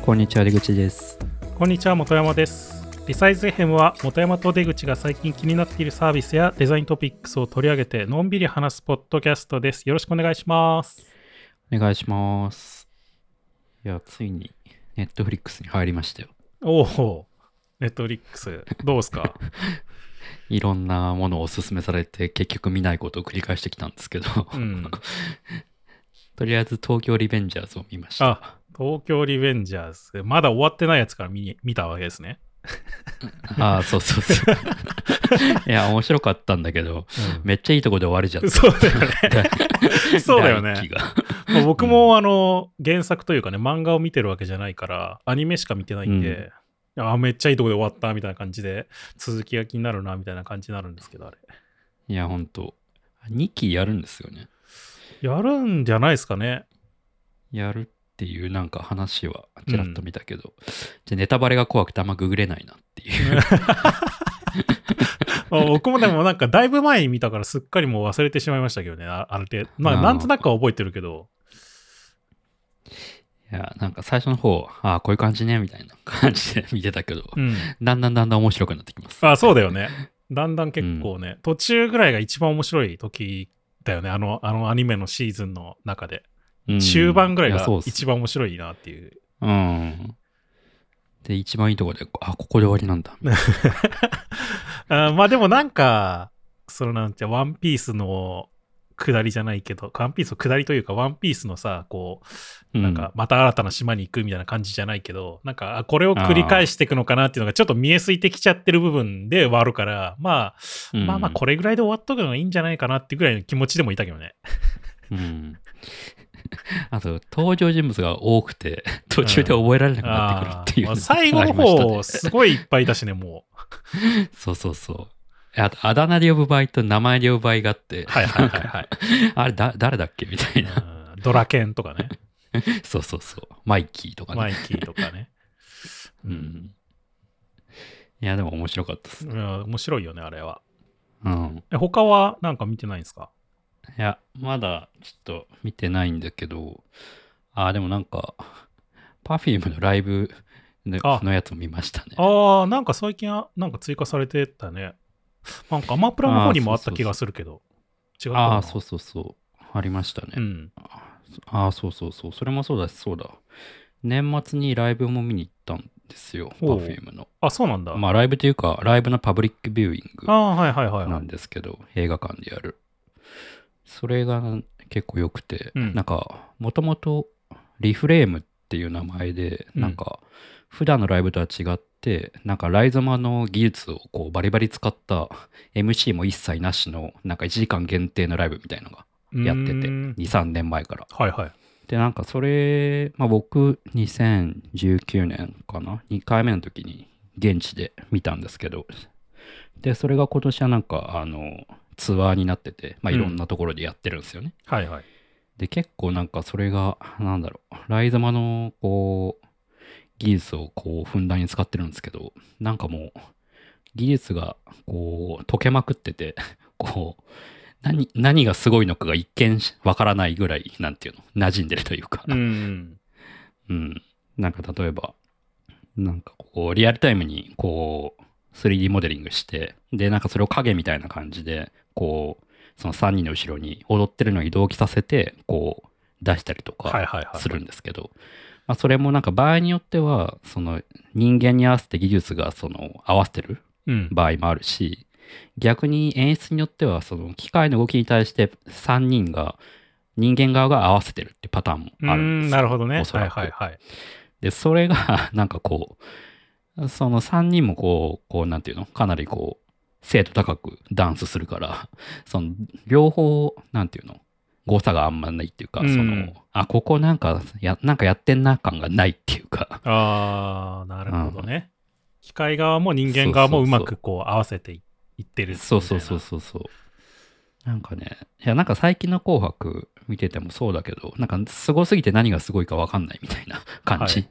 こんにちは、出口です。 こんにちは、本山です。リサイズ FM は本山と出口が最近気になっているサービスやデザイントピックスを取り上げてのんびり話すポッドキャストです。よろしくお願いします。 お願いします。いや、ついにネットフリックスに入りましたよ。 おお、ネットフリックスどうですか？ いろんなものをおすすめされて結局見ないことを繰り返してきたんですけど、とりあえず東京リベンジャーズを見ました。 あ、東京リベンジャーズ。まだ終わってないやつから見たわけですね。 そうそうそう。いや、面白かったんだけど、めっちゃいいとこで終わりじゃん。 そうだよね。そうだよね。僕も原作というかね、漫画を見てるわけじゃないから、アニメしか見てないんで、めっちゃいいとこで終わったみたいな感じで、続きが気になるなみたいな感じになるんですけど、あれ。 いや、ほんと。2期やるんですよね。 やるんじゃないですかね。 やるっていうなんか話はちらっと見たけど、じゃネタバレが怖くてあんまググれないなっていう。 僕もでもなんかだいぶ前に見たからすっかりもう忘れてしまいましたけどね、ある程度。まあなんとなくは覚えてるけど。 いや、なんか最初の方、こういう感じね、みたいな感じで見てたけど、だんだん面白くなってきます。 そうだよね。だんだん結構ね、途中ぐらいが一番面白い時だよね、あのアニメのシーズンの中で。中盤ぐらいが一番面白いなっていう。 で、一番いいとこで、ここで終わりなんだ。 まあでもなんか、なんてワンピースの下りじゃないけど、ワンピースの下りというか、ワンピースのさ、こう、なんか、また新たな島に行くみたいな感じじゃないけど、なんか、これを繰り返していくのかなっていうのがちょっと見えすいてきちゃってる部分で終わるから、まあ、これぐらいで終わっとくのがいいんじゃないかなっていうぐらいの気持ちでもいたけどね。 あと、登場人物が多くて、途中で覚えられなくなってくるっていう、 最後の方、すごいいっぱいいたしね、もう。そう。あと、あだ名で呼ぶ場合と名前で呼ぶ場合があって、あれ、誰だっけみたいな。 ドラケンとかね。 そう。マイキーとかね。いや、でも面白かったです。 面白いよね、あれは。 他はなんか見てないんですか？ いや、まだちょっと見てないんだけど、でもなんか、Perfume のライブのやつを見ましたね。 なんか最近なんか追加されてたね。なんかアマプラの方にもあった気がするけど。違うかな。 そう。ありましたね。そう。それもそうだ。年末にライブも見に行ったんですよ。Perfume の。 そうなんだ。 まあライブというか、ライブのパブリックビューイングなんですけど、映画館でやる。それが結構良くて、なんか、もともとリフレームっていう名前で、なんか、普段のライブとは違って、なんかライゾマの技術をこうバリバリ使った MC も一切なしの、なんか1時間限定のライブみたいなのがやってて、2、3年前から。で、なんかそれ、僕、2019年かな ?2 回目の時に現地で見たんですけど、で、それが今年はなんか、ツアーになってて、いろんなところでやってるんですよね。で、結構なんかそれが、ライゾマの、こう、技術をこう、ふんだんに使ってるんですけど、なんかもう、技術が、こう、溶けまくってて、こう、何がすごいのかが一見わからないぐらい、なんていうの、馴染んでるというか。なんか例えば、なんかこう、リアルタイムに、こう、3D モデリングして、で、なんかそれを影みたいな感じで、こう、その3人の後ろに踊ってるのを移動させて、こう、出したりとかするんですけど、それもなんか場合によっては、その人間に合わせて技術がその合わせてる場合もあるし、逆に演出によっては、その機械の動きに対して3人が、人間側が合わせてるってパターンもあるんですよ。 なるほどね。 おそらく。で、それが、なんかこう、その3人もこう、なんていうのかなりこう、精度高くダンスするから、その、両方、なんていうの誤差があんまないっていうか、その、ここなんかやってんな感がないっていうか。 なるほどね。機械側も人間側もうまくこう合わせていってる。 そう。なんかね、いやなんか最近の紅白見ててもそうだけど、なんかすごすぎて何がすごいか分かんないみたいな感じ。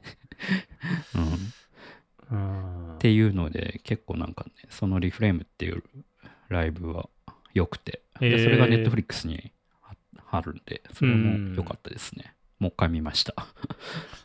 っていうので、結構なんかね、そのリフレームっていうライブは良くて、でそれがネットフリックスにあるんで、それも良かったですね。もう一回見ました。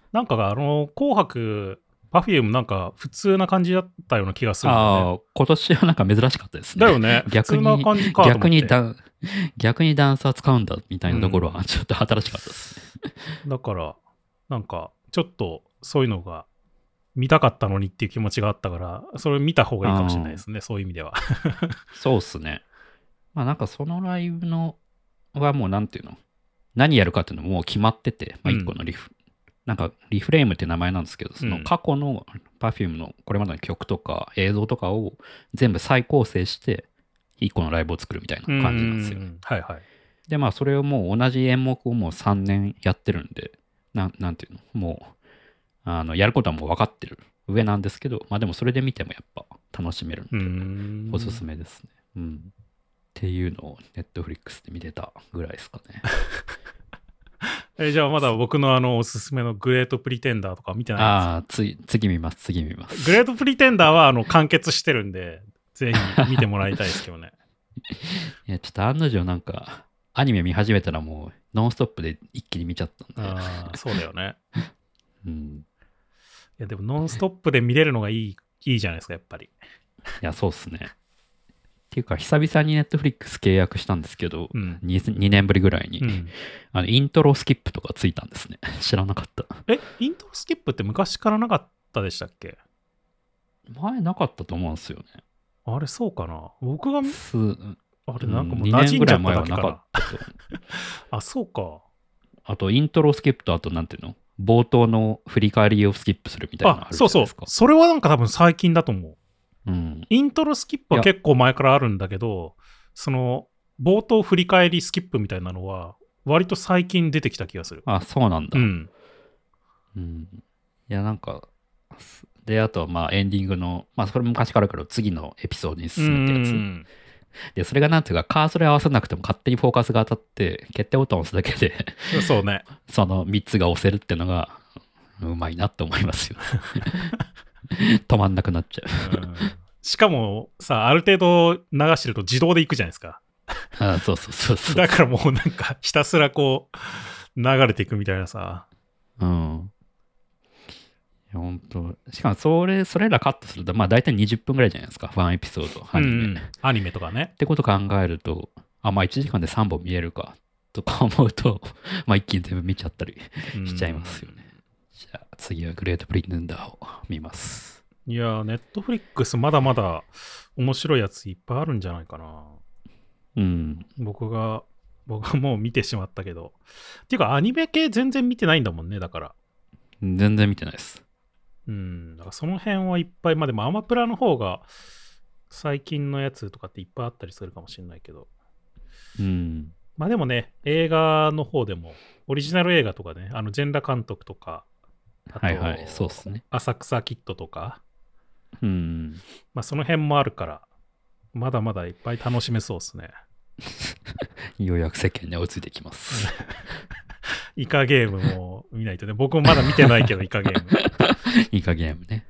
なんか紅白、Perfume なんか普通な感じだったような気がするんだよね。 今年はなんか珍しかったですね。 だよね。逆に、普通な感じかと思って逆にダンサー使うんだみたいなところはちょっと新しかったですね。 だから、なんかちょっとそういうのが見たかったのにっていう気持ちがあったから、それ見た方がいいかもしれないですね、そういう意味では。 そうっすね。まあなんかそのライブのはもうなんていうの、何やるかっていうのもう決まってて、まあ一個のなんかリフレームって名前なんですけど、その過去の Perfume のこれまでの曲とか映像とかを全部再構成して一個のライブを作るみたいな感じなんですよ。 はいはい。 でまあそれをもう同じ演目をもう3年やってるんで、なんていうの、もうやることはもう分かってる上なんですけど、まあでもそれで見てもやっぱ楽しめるんでおすすめですね。っていうのを Netflix で見てたぐらいですかね。 じゃあまだ僕のおすすめのグレートプリテンダーとか見てないんですか？ 次見ます。グレートプリテンダーは完結してるんで、ぜひ見てもらいたいですけどね。 いや、ちょっと案の定なんか、アニメ見始めたらもうノンストップで一気に見ちゃったんで。そうだよね。 いや、でもノンストップで見れるのがいいじゃないですか、やっぱり。いや、そうっすね。っていうか、久々に Netflix 契約したんですけど、2年ぶりぐらいに、イントロスキップとかついたんですね。知らなかった。 イントロスキップって昔からなかったでしたっけ？ 前なかったと思うんですよね。 あれ、そうかな。僕があれ、なんかもう馴染んじゃっただけかな。2年ぐらい前はなかったと。 あ、そうか。 あと、イントロスキップと、あと、なんていうの？冒頭の振り返りをスキップするみたいなのあるじゃないですか。 そう。それはなんか多分最近だと思う。イントロスキップは結構前からあるんだけど、その冒頭振り返りスキップみたいなのは割と最近出てきた気がする。 あ、そうなんだ。いや、なんか、で、あとはまあエンディングの、まあそれも昔からあるけど、次のエピソードに進むってやつ。で、それがなんていうか、カーソル合わせなくても勝手にフォーカスが当たって、決定ボタンを押すだけでそうね。 その3つが押せるっていうのが、うまいなって思いますよ。止まんなくなっちゃう。 しかもさ、ある程度流してると自動でいくじゃないですか。 そう。 だからもうなんかひたすらこう流れていくみたいなさ。 いや本当。しかもそれらカットするとまあ大体20分ぐらいじゃないですか。1エピソードアニメとかね。 ってこと考えると、まあ1時間で3本見えるかとか思うと、まあ一気に全部見ちゃったりしちゃいますよね。じゃあ次はグレートプリテンダーを見ます。 いや、ネットフリックスまだまだ面白いやついっぱいあるんじゃないかな。僕がもう見てしまったけど。っていうかアニメ系全然見てないんだもんね、だから。 全然見てないです。 だからその辺はいっぱい、まあでもアマプラの方が最近のやつとかっていっぱいあったりするかもしれないけど。まあでもね、映画の方でも、オリジナル映画とかね、全裸監督とか、あと、 そうですね。 浅草キッドとか、 まあその辺もあるから、まだまだいっぱい楽しめそうですね。 ようやく世間に追いついてきます。 イカゲームも見ないとね。僕もまだ見てないけど、イカゲーム。 イカゲームね。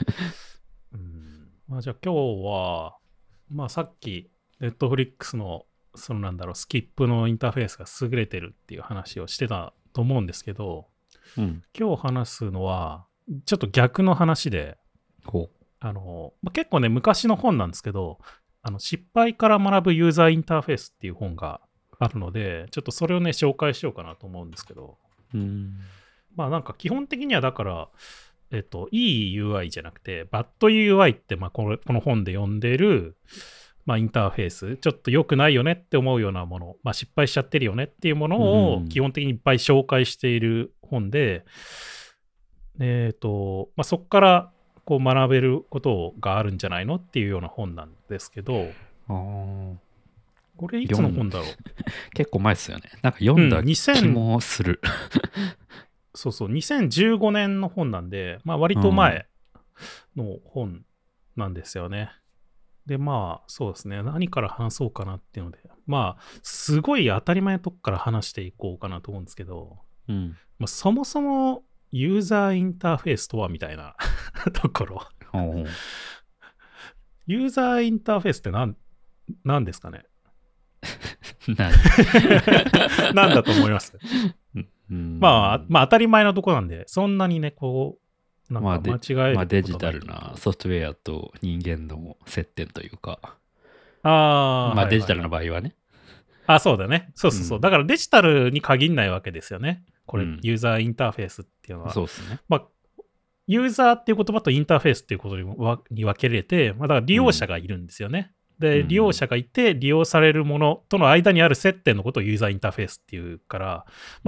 まあじゃあ今日は、まあさっき、ネットフリックスの、スキップのインターフェースが優れてるっていう話をしてたと思うんですけど、今日話すのは、ちょっと逆の話で、結構ね、昔の本なんですけど、失敗から学ぶユーザーインターフェースっていう本があるので、ちょっとそれをね、紹介しようかなと思うんですけど、まあなんか基本的にはだから、いい UI じゃなくて、バッド UI って、まあこの本で読んでる、まあ、インターフェース、ちょっと良くないよねって思うようなもの、まあ、失敗しちゃってるよねっていうものを基本的にいっぱい紹介している本で、まあ、そこからこう学べることがあるんじゃないのっていうような本なんですけど、これいつの本だろう結構前ですよね。なんか読んだ気もする。 そう、2015年の本なんで、まあ割と前の本なんですよね。で、まあ、そうですね。何から話そうかなっていうので、まあ、すごい当たり前のとこから話していこうかなと思うんですけど、まあ、そもそもユーザーインターフェースとはみたいなところ。ユーザーインターフェースって何ですかね？何だと思います？ まあ当たり前のとこなんで、そんなにね、こう、なんか間違える、 まあデジタルなソフトウェアと人間の接点というか。 まあデジタルの場合はね。 そうだね。そう。だからデジタルに限らないわけですよね。これ、ユーザーインターフェースっていうのは。 そうですね。 まあ、ユーザーっていう言葉とインターフェースっていうことに分けれて、だから利用者がいるんですよね。で、利用者がいて、利用されるものとの間にある接点のことをユーザーインターフェースっていうから、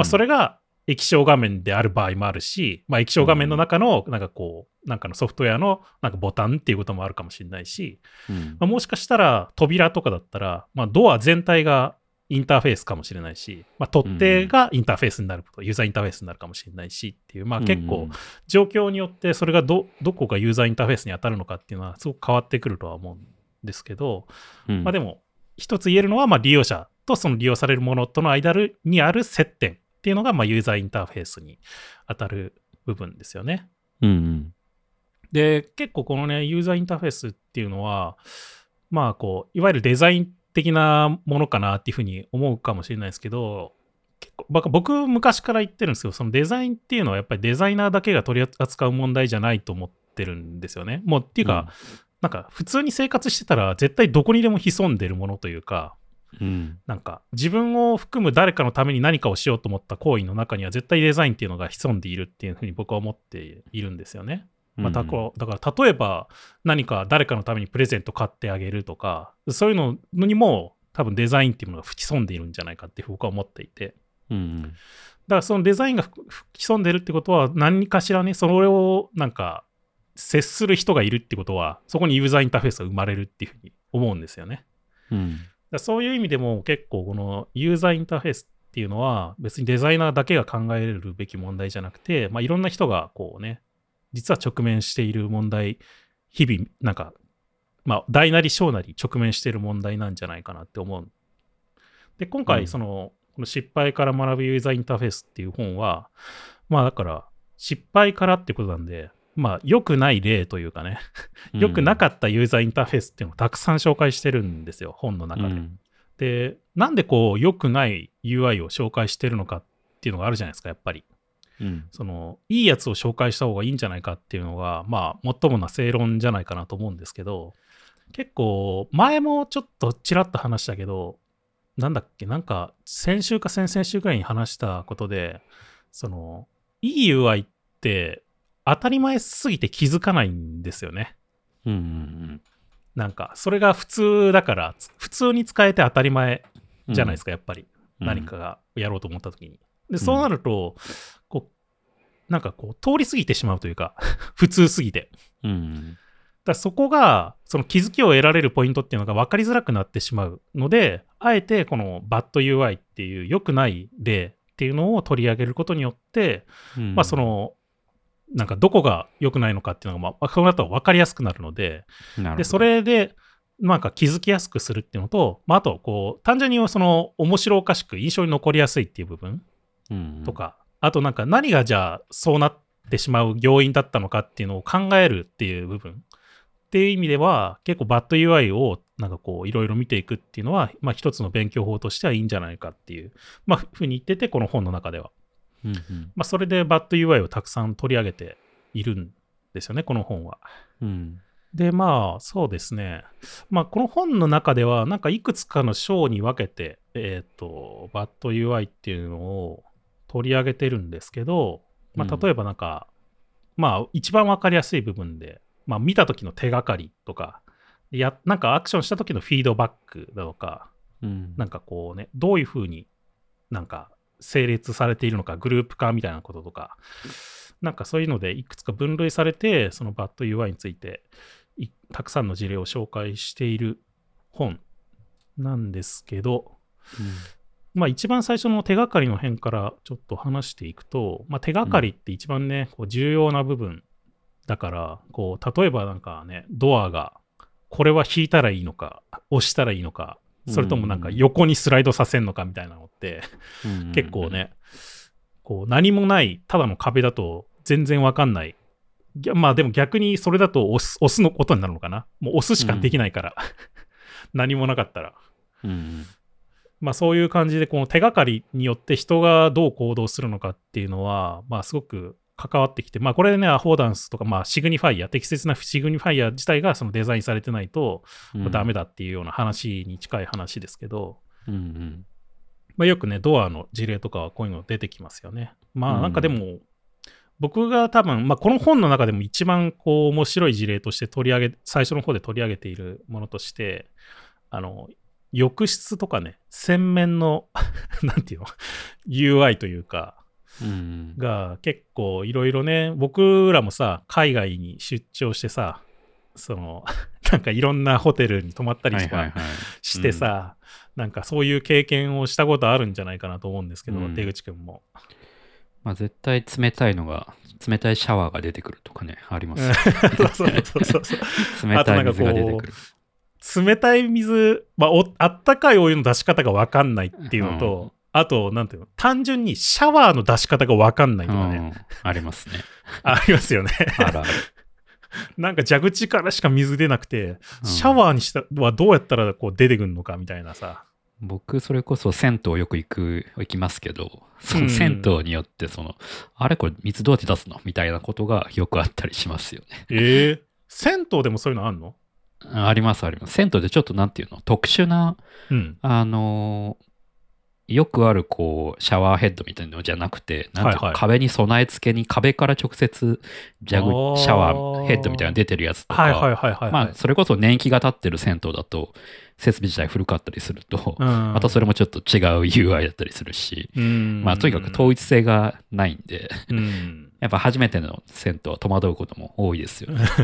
それが液晶画面である場合もあるし、液晶画面の中の、なんかのソフトウェアのなんかボタンっていうこともあるかもしれないし、もしかしたら扉とかだったら、ドア全体がインターフェースかもしれないし、取っ手がインターフェースになること、ユーザーインターフェースになるかもしれないしっていう、結構状況によってそれがどこがユーザーインターフェースに当たるのかっていうのはすごく変わってくるとは思うんですけど、でも一つ言えるのは、利用者とその利用されるものとの間にある接点っていうのが、ユーザーインターフェースに当たる部分ですよね。で、結構このね、ユーザーインターフェースっていうのは、いわゆるデザイン的なものかなっていうふうに思うかもしれないですけど、結構僕昔から言ってるんですけど、そのデザインっていうのはやっぱりデザイナーだけが取り扱う問題じゃないと思ってるんですよね。もうっていうか、なんか普通に生活してたら絶対どこにでも潜んでるものというか、なんか自分を含む誰かのために何かをしようと思った行為の中には絶対デザインっていうのが潜んでいるっていうふうに僕は思っているんですよね。だから例えば何か誰かのためにプレゼント買ってあげるとか、そういうのにも多分デザインっていうものが潜んでいるんじゃないかって僕は思っていて、だからそのデザインが潜んでるってことは何かしらね、それをなんか接する人がいるってことはそこにユーザーインターフェースが生まれるっていうふうに思うんですよね。だそういう意味でも結構このユーザーインターフェースっていうのは別にデザイナーだけが考えるべき問題じゃなくて、いろんな人がこうね、実は直面している問題、日々、なんか、大なり小なり直面している問題なんじゃないかなって思う。で、今回、この失敗から学ぶユーザーインターフェースっていう本は、だから、失敗からってことなんで、良くない例というかね、良くなかったユーザーインターフェースっていうのをたくさん紹介してるんですよ、本の中で。で、なんで良くない UI を紹介してるのかっていうのがあるじゃないですか、やっぱり。いいやつを紹介した方がいいんじゃないかっていうのが、最もな正論じゃないかなと思うんですけど、結構、前もちょっとちらっと話したけど、なんか先週か先々週くらいに話したことで、いい UI って当たり前すぎて気づかないんですよね。なんか、それが普通だから、普通に使えて当たり前じゃないですか、やっぱり。何かがやろうと思った時に。で、そうなると、なんか通り過ぎてしまうというか、普通すぎて。だそこが、その気づきを得られるポイントっていうのが分かりづらくなってしまうので、あえてこのバッド UI っていう良くない例っていうのを取り上げることによって、なんかどこが良くないのかっていうのが、そうなったら分かりやすくなるので、それで、なんか気づきやすくするっていうのと、あと、単純に面白おかしく印象に残りやすいっていう部分とか、あとなんか何がじゃあそうなってしまう要因だったのかっていうのを考えるっていう部分っていう意味では結構バッド UI をなんかいろいろ見ていくっていうのは一つの勉強法としてはいいんじゃないかっていうふうに言ってて、この本の中では、それでバッド UI をたくさん取り上げているんですよね、この本は。でそうですね、この本の中ではなんかいくつかの章に分けてバッド UI っていうのを取り上げてるんですけど、例えばなんか、一番わかりやすい部分で、見た時の手がかりとか、なんかアクションした時のフィードバックだとか、なんかどういうふうになんか整列されているのか、グループ化みたいなこととか、なんかそういうのでいくつか分類されて、そのバッド UI についてたくさんの事例を紹介している本なんですけど、一番最初の手がかりの辺からちょっと話していくと、手がかりって一番ね、重要な部分だから、例えばなんかね、ドアが、これは引いたらいいのか、押したらいいのか、それともなんか横にスライドさせるのかみたいなのって、結構ね、何もない、ただの壁だと全然わかんない。でも逆にそれだと押すのことになるのかな。もう押すしかできないから。何もなかったら。 まあそういう感じでこの手がかりによって人がどう行動するのかっていうのはまあすごく関わってきて、まあこれねアフォーダンスとかまあシグニファイア、適切なシグニファイア自体がそのデザインされてないとダメだっていうような話に近い話ですけど、 うんうん、 まあ、よくねドアの事例とかはこういうの出てきますよね。まあなんかでも、僕が多分、まあ、この本の中でも一番こう面白い事例として最初の方で取り上げているものとして浴室とかね洗面のなんていうのUI というか、が結構いろいろね、僕らもさ海外に出張してさなんかいろんなホテルに泊まったりとかしてさ、なんかそういう経験をしたことあるんじゃないかなと思うんですけど、出口くんも。 まあ、絶対冷たいシャワーが出てくるとかね、あります、ね。 そう冷たい水が出てくる。 冷たい水、まあ、あったかいお湯の出し方が分かんないっていうのと、あと、なんていうの、単純にシャワーの出し方が分かんないとかね。 ありますね。 ありますよね。 あるある。 なんか蛇口からしか水出なくて、シャワーにしたはどうやったらこう出てくるのかみたいなさ。 僕それこそ銭湯よく行きますけど、その銭湯によってあれこれ水どうやって出すのみたいなことがよくあったりしますよね。 銭湯でもそういうのあんの？ ありますあります。銭湯でちょっとなんていうの特殊な、よくあるこうシャワーヘッドみたいなのじゃなくて、なんていうの、壁に備え付けに壁から直接シャワーヘッドみたいなの出てるやつとか、まあそれこそ年季が経ってる銭湯だと設備自体古かったりすると、またそれもちょっと違う UI だったりするし、まあとにかく統一性がないんで、やっぱ初めての銭湯は戸惑うことも多いですよね。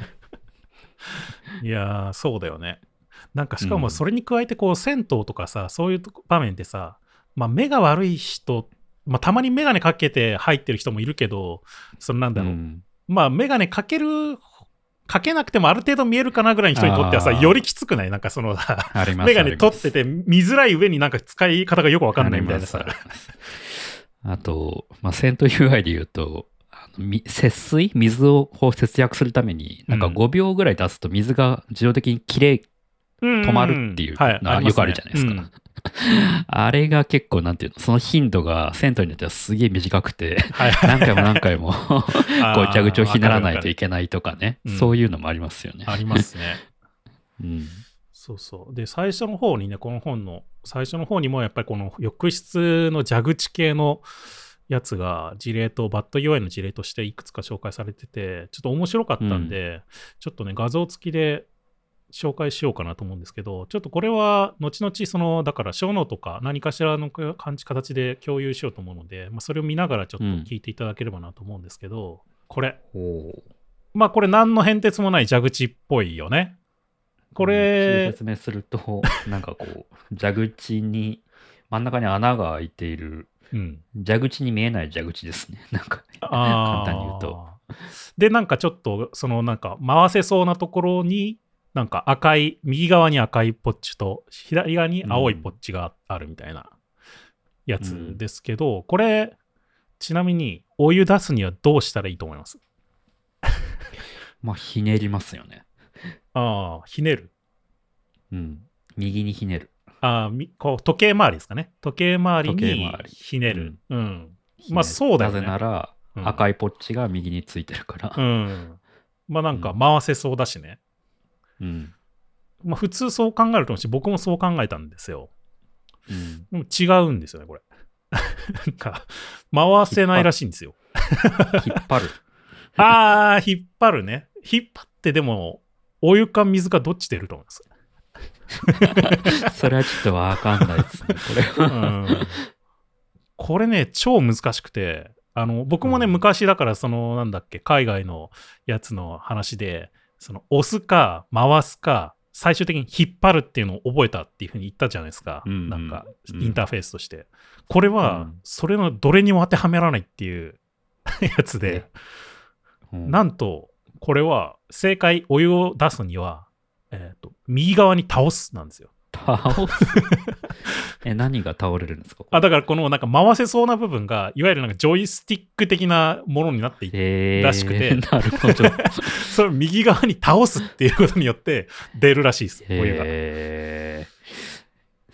いやーそうだよね。なんかしかもそれに加えてこう銭湯とかさ、そういう場面でさ、まあ目が悪い人、まあたまにメガネかけて入ってる人もいるけど、なんだろう、まあメガネかけなくてもある程度見えるかなぐらいの人にとってはさ、よりきつくない？なんかメガネ取ってて見づらい上になんか使い方がよくわかんないみたいなさ。 あと、まあ銭湯 UI で言うと、水を節約するために、なんか5秒ぐらい出すと水が自動的に止まるっていうのはよくあるじゃないですか。あれが結構なんていうの、その頻度が銭湯によってはすげえ短くて、何回もこう蛇口をひねらないといけないとかね、そういうのもありますよね。 ありますね。そうそう。で、最初の方にね、この本の最初の方にもやっぱりこの浴室の蛇口系のやつが事例とバッド UI の事例としていくつか紹介されてて、ちょっと面白かったんで、ちょっとね画像付きで紹介しようかなと思うんですけど、ちょっとこれは後々だから小ノートとか何かしらの形で共有しようと思うので、まあ、それを見ながらちょっと聞いていただければなと思うんですけど、これまあこれ何の変哲もない蛇口っぽいよね。これ説明するとなんかこう蛇口に真ん中に穴が開いている、蛇口に見えない蛇口ですね。なんか簡単に言うと。 でなんかちょっとなんか回せそうなところになんか右側に赤いポッチと左側に青いポッチがあるみたいなやつですけど、これちなみにお湯出すにはどうしたらいいと思います？ まあひねりますよね。 ひねる。 右にひねる。 こう時計回りですかね。時計回りにひねる。まあそうだよね。 なぜなら赤いポッチが右についてるから。 まあなんか回せそうだしね。まあ普通そう考えると思うし、僕もそう考えたんですよ。でも違うんですよね、これ。なんか回せないらしいんですよ。 引っ張る。 引っ張るね。引っ張ってでもお湯か水かどっち出ると思います？ それはちょっとわかんないですね、これは。 これね、超難しくて、僕もね、昔だからなんだっけ、海外のやつの話で、押すか回すか、最終的に引っ張るっていうのを覚えたっていうふうに言ったじゃないですか。なんか、インターフェースとして。これは、それのどれにも当てはめらないっていうやつで、なんと、これは正解、お湯を出すには、右側に倒すなんですよ。 倒す何が倒れるんですか？ だからこのなんか回せそうな部分がいわゆるなんかジョイスティック的なものになっているらしくて、 なるほど。 それを右側に倒すっていうことによって出るらしいです、お湯が。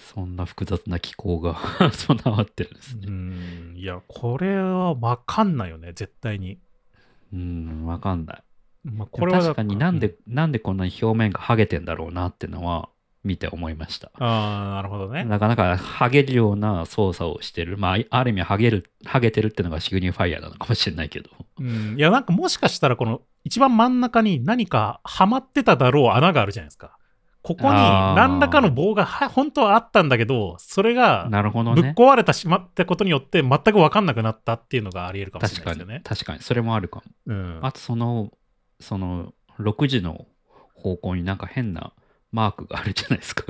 そんな複雑な機構が備わってるんですね。 いや、これは分かんないよね、絶対に。 分かんない。 これは確かになんでこんなに表面が剥げてんだろうなっていうのは見て思いました。 なるほどね。 なかなか剥げるような操作をしてる。ある意味剥げてるっていうのがシグニファイアなのかもしれないけど。 いや、なんかもしかしたらこの一番真ん中に何かはまってただろう穴があるじゃないですか。ここに何らかの棒が本当はあったんだけど、それがぶっ壊れてしまったことによって全く分かんなくなったっていうのがあり得るかもしれないですよね。 確かにそれもあるかも。あとその6時の方向になんか変なマークがあるじゃないですか。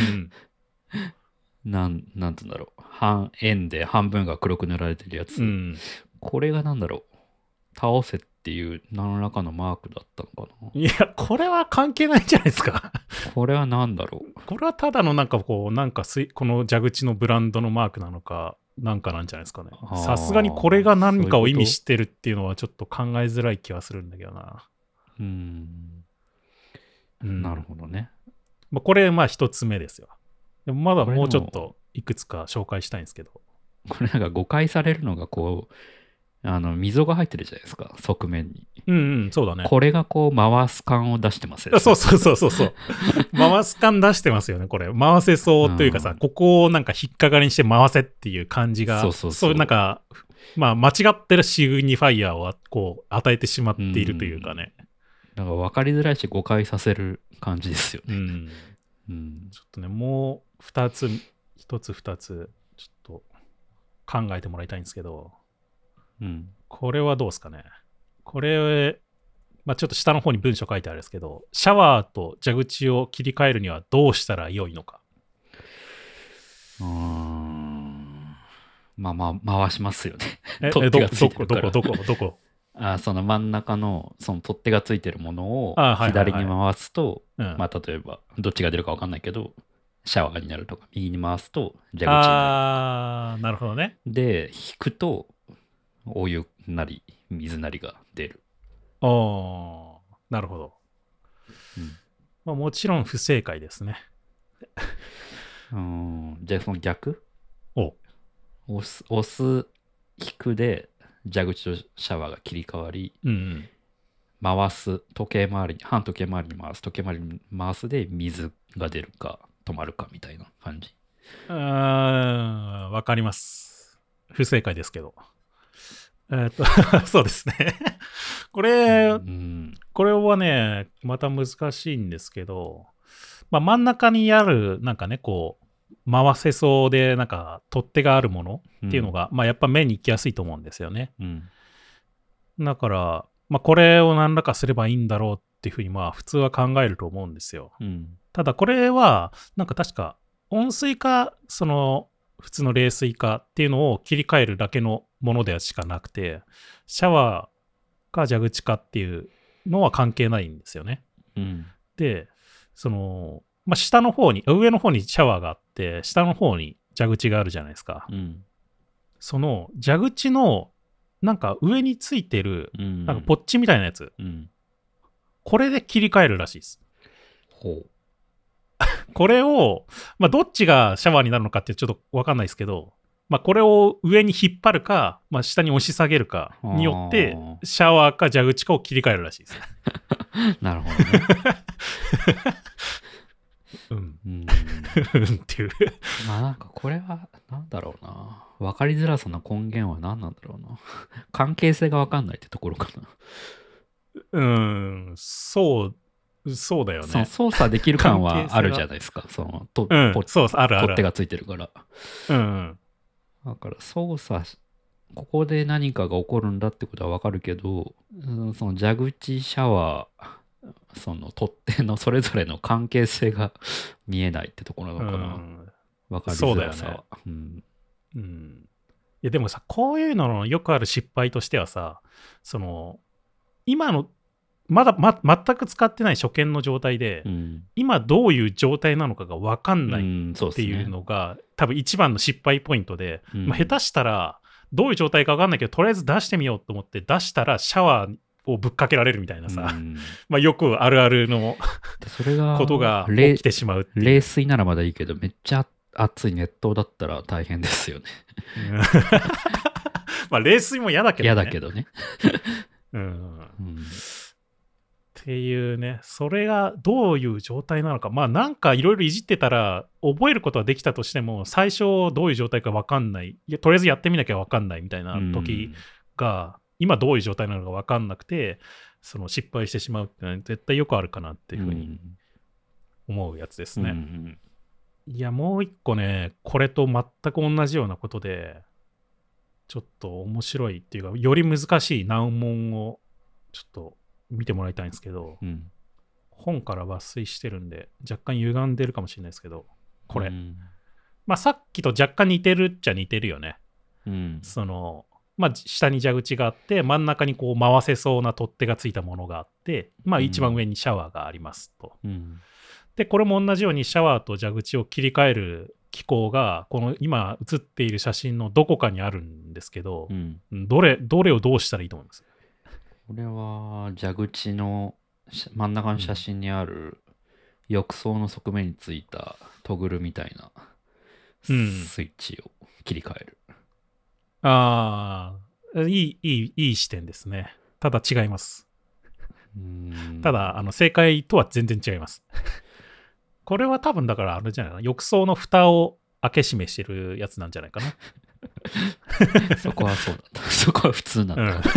なんて言うんだろう。円で半分が黒く塗られてるやつ。これがなんだろう。倒せっていう何らかのマークだったのかな。 いや、これは関係ないじゃないですか。 これは何だろう。 これはただのなんかこう、この蛇口のブランドのマークなのか、なんかなんじゃないですかね。さすがにこれが何かを意味してるっていうのはちょっと考えづらい気はするんだけどな。 なるほどね。 これ一つ目ですよ。でもまだもうちょっといくつか紹介したいんですけど。 これなんか誤解されるのがこう、溝が入ってるじゃないですか、側面に。 そうだね。 これがこう回す感を出してますよね。 そう。回す感出してますよね、これ。回せそうというかさ、ここをなんか引っかかりにして回せっていう感じが、そういうなんか、間違ってるシグニファイアをこう与えてしまっているというかね。 なんか分かりづらいし誤解させる感じですよね。 ちょっとね、もう1つ2つ、ちょっと考えてもらいたいんですけど、これはどうですかね。これ、ちょっと下の方に文章書いてあるんですけど、シャワーと蛇口を切り替えるにはどうしたら良いのか。 回しますよね。 取っ手がついてるから。どこその真ん中のその取っ手がついてるものを左に回すと、例えばどっちが出るか分かんないけど、シャワーになるとか、右に回すと蛇口になる。 なるほどね。 で、引くと、お湯なり水なりが出る。 なるほど。もちろん不正解ですね。 じゃあその逆？押す、引くで蛇口とシャワーが切り替わり、回す、反時計回りに回す、時計回りに回すで水が出るか止まるかみたいな感じ。 わかります。不正解ですけど。そうですね。これはね、また難しいんですけど、真ん中にある、なんかね、こう、回せそうで、なんか、取っ手があるものっていうのが、やっぱ目に行きやすいと思うんですよね。だから、これを何らかすればいいんだろうっていうふうに、普通は考えると思うんですよ。ただ、これは、なんか確か、温水か、普通の冷水かっていうのを切り替えるだけのものでしかなくて、シャワーか蛇口かっていうのは関係ないんですよね。で、下の方に、上の方にシャワーがあって、下の方に蛇口があるじゃないですか。その蛇口のなんか上についてる、なんかポッチみたいなやつ、これで切り替えるらしいです。これを、どっちがシャワーになるのかってちょっと分かんないですけど、これを上に引っ張るか、下に押し下げるかによって、シャワーか蛇口かを切り替えるらしいです。 なるほどね。 っていう。 なんかこれは、なんだろうな。分かりづらさの根源は何なんだろうな。関係性が分かんないってところかな。そうだよね。 操作できる感はあるじゃないですか。取っ手がついてるから。だから操作、ここで何かが起こるんだってことは分かるけど、その蛇口、シャワー、その取っ手のそれぞれの関係性が見えないってところなのかな。分かりづらさは。 いやでもさ、こういうののよくある失敗としてはさ、今の全く使ってない初見の状態で、今どういう状態なのかが分かんないっていうのが、多分一番の失敗ポイントで、下手したらどういう状態か分かんないけど、とりあえず出してみようと思って出したらシャワーをぶっかけられるみたいなさ、よくあるあるのことが起きてしまうっていう。 冷水ならまだいいけど、めっちゃ暑い熱湯だったら大変ですよね。 まあ冷水も嫌だけどね。 嫌だけどね。 っていうね、それがどういう状態なのか、まあなんかいろいろいじってたら覚えることはできたとしても、最初どういう状態か分かんない、とりあえずやってみなきゃ分かんないみたいな時が、今どういう状態なのか分かんなくて、その失敗してしまうってのは絶対よくあるかなっていうふうに思うやつですね。いや、もう一個ね、これと全く同じようなことで、ちょっと面白いっていうか、より難しい難問をちょっと見てもらいたいんですけど、本から抜粋してるんで、若干歪んでるかもしれないですけど、これ。まあ、さっきと若干似てるっちゃ似てるよね。その、まあ、下に蛇口があって、真ん中にこう回せそうな取っ手がついたものがあって、まあ、一番上にシャワーがありますと。で、これも同じようにシャワーと蛇口を切り替える機構が、この今写っている写真のどこかにあるんですけど、どれをどうしたらいいと思います？ これは蛇口の真ん中の写真にある浴槽の側面についたトグルみたいなスイッチを切り替える。 ああ、いい視点ですね。ただ違います。ただ正解とは全然違います。これは多分だからあれじゃないかな、浴槽の蓋を開け閉めしてるやつなんじゃないかな。 そこはそうだった。そこは普通なんだ。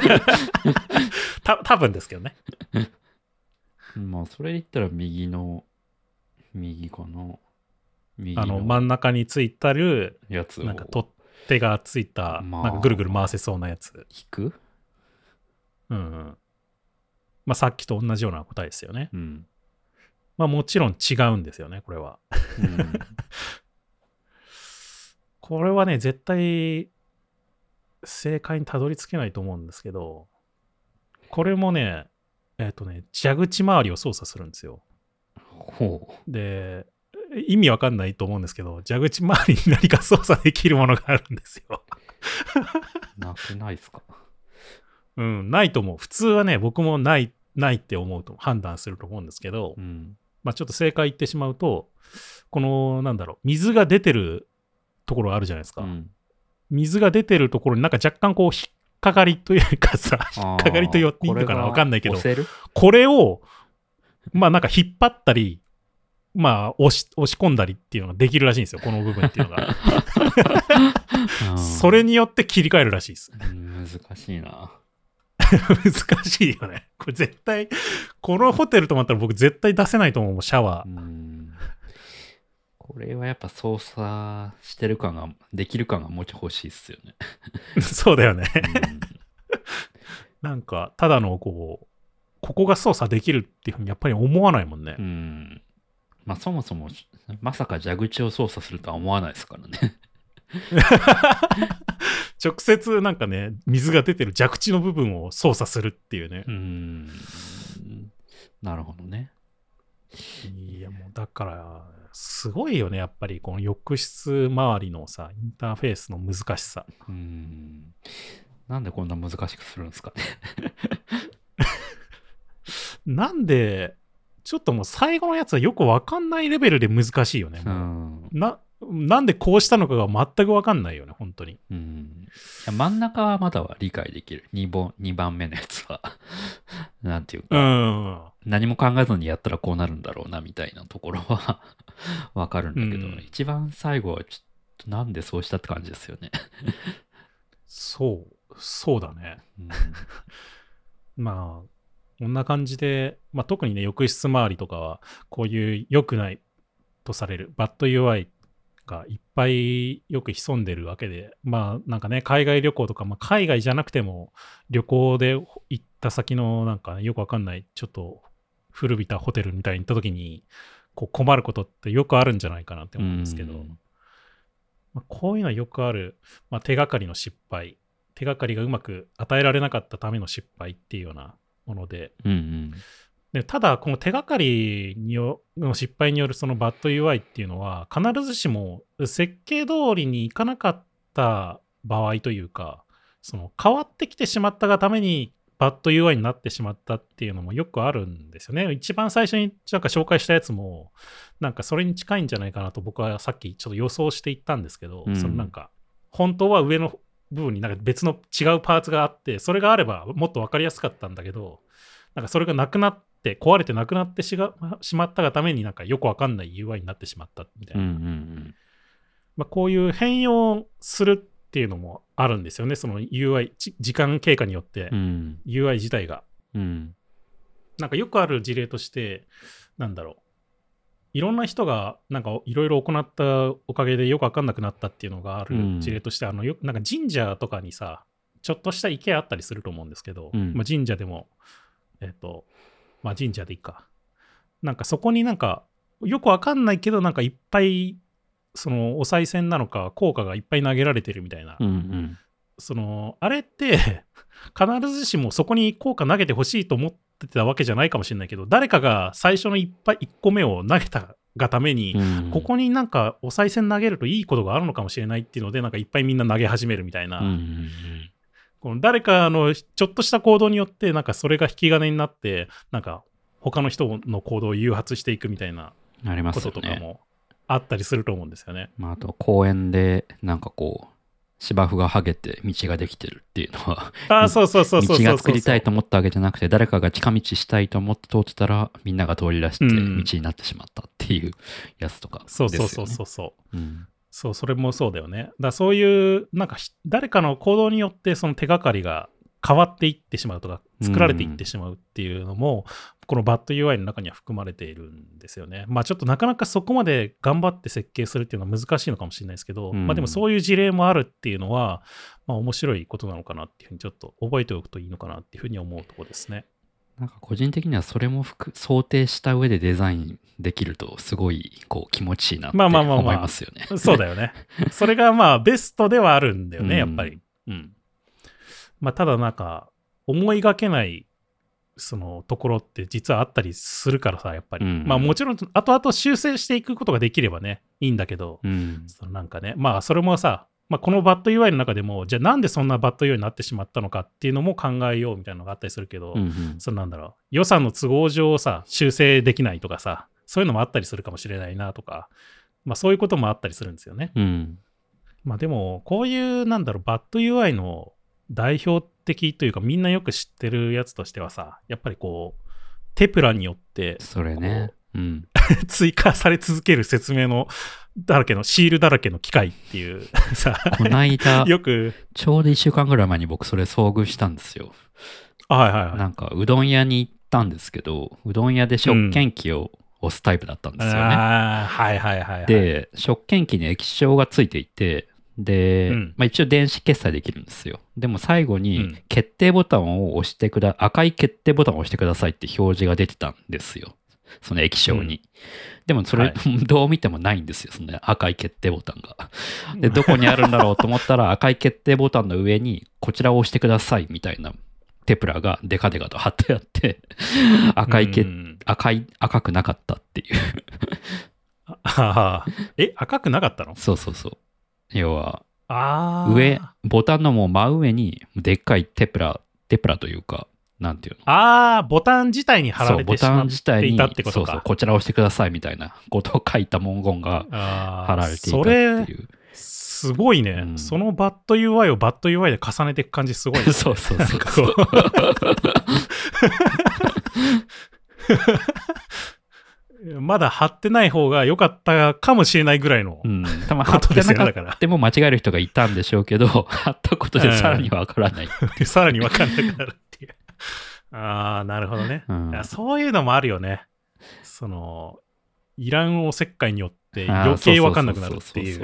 多分ですけどね。 まあそれ言ったら右かな。 真ん中についたるやつをなんか取っ手がついた、なんかぐるぐる回せそうなやつ。 引く？ まあさっきと同じような答えですよね。まあもちろん違うんですよね、これは。これはね、絶対正解にたどり着けないと思うんですけど、これもね、蛇口周りを操作するんですよ。で、意味わかんないと思うんですけど、蛇口周りに何か操作できるものがあるんですよ。 なくないですか？ ないと思う。普通はね、僕もないって思うと判断すると思うんですけど、まあちょっと正解言ってしまうと、この、水が出てるところあるじゃないですか。水が出てるところになんか若干こう引っかかりというかさ、引っかかりと言っていいのかなわかんないけど、これを、まあなんか引っ張ったり、まあ押し込んだりっていうのができるらしいんですよ、この部分っていうのが。それによって切り替えるらしいです。 難しいな。 難しいよね。これ絶対、このホテル泊まったら僕絶対出せないと思う、シャワー。 これはやっぱ操作してる感が、できる感がもうちょい欲しいっすよね。 そうだよね。なんか、ただのここが操作できるっていうふうにやっぱり思わないもんね。 まあそもそも、まさか蛇口を操作するとは思わないですからね。 直接なんかね、水が出てる蛇口の部分を操作するっていうね。 なるほどね。 いやもうだからすごいよね、やっぱりこの浴室周りのさ、インターフェースの難しさ。 なんでこんな難しくするんですかね。 なんで、ちょっともう最後のやつはよくわかんないレベルで難しいよね。なんでこうしたのかが全くわかんないよね、本当に。 真ん中はまだは理解できる。2番目のやつは。なんていうか、何も考えずにやったらこうなるんだろうな、みたいなところはわかるんだけど、一番最後はちょっとなんでそうしたって感じですよね。 そうだね。まあ、こんな感じで、まあ、特にね、浴室周りとかは、こういう良くないとされるバッド UI がいっぱいよく潜んでるわけで、まあなんかね、海外旅行とか、まあ、海外じゃなくても旅行で行った先のなんか、ね、よくわかんないちょっと古びたホテルみたいに行った時にこう困ることってよくあるんじゃないかなって思うんですけど、まあ、こういうのはよくある、まあ、手がかりの失敗、手がかりがうまく与えられなかったための失敗っていうようなもので、でただこの手がかりの失敗によるそのバッド UI っていうのは必ずしも設計通りにいかなかった場合というか、その変わってきてしまったがためにバッド UI になってしまったっていうのもよくあるんですよね。一番最初になんか紹介したやつも、なんかそれに近いんじゃないかなと僕はさっきちょっと予想していったんですけど、そのなんか、本当は上の部分になんか別の違うパーツがあって、それがあればもっと分かりやすかったんだけど、なんかそれがなくなって、壊れてなくなってしまったがためになんかよくわかんない UI になってしまったみたいな。まあ、こういう変容するっていうのもあるんですよね。その UI、時間経過によって UI 自体が。なんかよくある事例として、なんだろう。いろんな人がなんかいろいろ行ったおかげでよくわかんなくなったっていうのがある事例として、なんか神社とかにさ、ちょっとした池あったりすると思うんですけど、まあ、神社でも、まあ神社でいいか。なんかそこになんかよくわかんないけどなんかいっぱいそのお賽銭なのか効果がいっぱい投げられてるみたいな。そのあれって必ずしもそこに効果投げてほしいと思ってたわけじゃないかもしれないけど、誰かが最初の1個目を投げたがために、ここになんかお賽銭投げるといいことがあるのかもしれないっていうので、なんかいっぱいみんな投げ始めるみたいな。この誰かのちょっとした行動によってなんかそれが引き金になってなんか他の人の行動を誘発していくみたいなこととかもあったりすると思うんですよね。 まあ、あと公園でなんかこう芝生が剥げて道ができてるっていうのは道が作りたいと思ったわけじゃなくて、誰かが近道したいと思って通ってたらみんなが通り出して道になってしまったっていうやつとかですよね。そう、それもそうだよね。だからそういうなんか誰かの行動によってその手がかりが変わっていってしまうとか作られていってしまうっていうのも、このバッド UI の中には含まれているんですよね。まあちょっとなかなかそこまで頑張って設計するっていうのは難しいのかもしれないですけど、まあでもそういう事例もあるっていうのは、まあ面白いことなのかなっていうふうにちょっと覚えておくといいのかなっていうふうに思うところですね。 なんか個人的にはそれも想定した上でデザインできるとすごいこう気持ちいいなって思いますよね。 そうだよね。それがまあベストではあるんだよね、やっぱり。まあただなんか思いがけないそのところって実はあったりするからさ、やっぱり。まあもちろん後々修正していくことができればね、いいんだけど、そのなんかね、まあそれもさ、まあ、このバッド UI の中でもじゃあなんでそんなバッド UI になってしまったのかっていうのも考えようみたいなのがあったりするけど、そのなんだろう、予算の都合上さ修正できないとかさ、そういうのもあったりするかもしれないなとか、まあそういうこともあったりするんですよね。まあでもこういうなんだろう、バッド UI の代表的というかみんなよく知ってるやつとしてはさ、やっぱりこうテプラによってそれね、 追加され続ける説明のだらけのシールだらけの機械っていうさ、 こないだよくちょうど1週間ぐらい前に僕それ遭遇したんですよ。なんかうどん屋に行ったんですけど、うどん屋で食券機を押すタイプだったんですよね。で食券機に液晶がついていて、で、まあ、一応電子決済できるんですよ。でも最後に決定ボタンを押して赤い決定ボタンを押してくださいって表示が出てたんですよ。その液晶に。でもそれ、どう見てもないんですよ、その赤い決定ボタンが。で、どこにあるんだろうと思ったら、赤い決定ボタンの上に、こちらを押してくださいみたいなテプラがデカデカと貼ってあって、赤くなかったっていう。 赤くなかったの？ そう。要は、ボタンのもう真上に、でっかいテプラというか、なんていうの？ボタン自体に貼られてしまっていたってことか。 そう、こちらを押してくださいみたいなことを書いた文言が貼られていたっていう。 すごいね。そのバッド UI をバッド UI で重ねていく感じすごいね。 そう。 まだ貼ってない方が良かったかもしれないぐらいの多分貼ってなかったも間違える人がいたんでしょうけど、貼ったことでさらにわからない。 さらにわかんなくなるっていう。なるほどね。そういうのもあるよね。その、いらんおせっかいによって余計わかんなくなるっていう。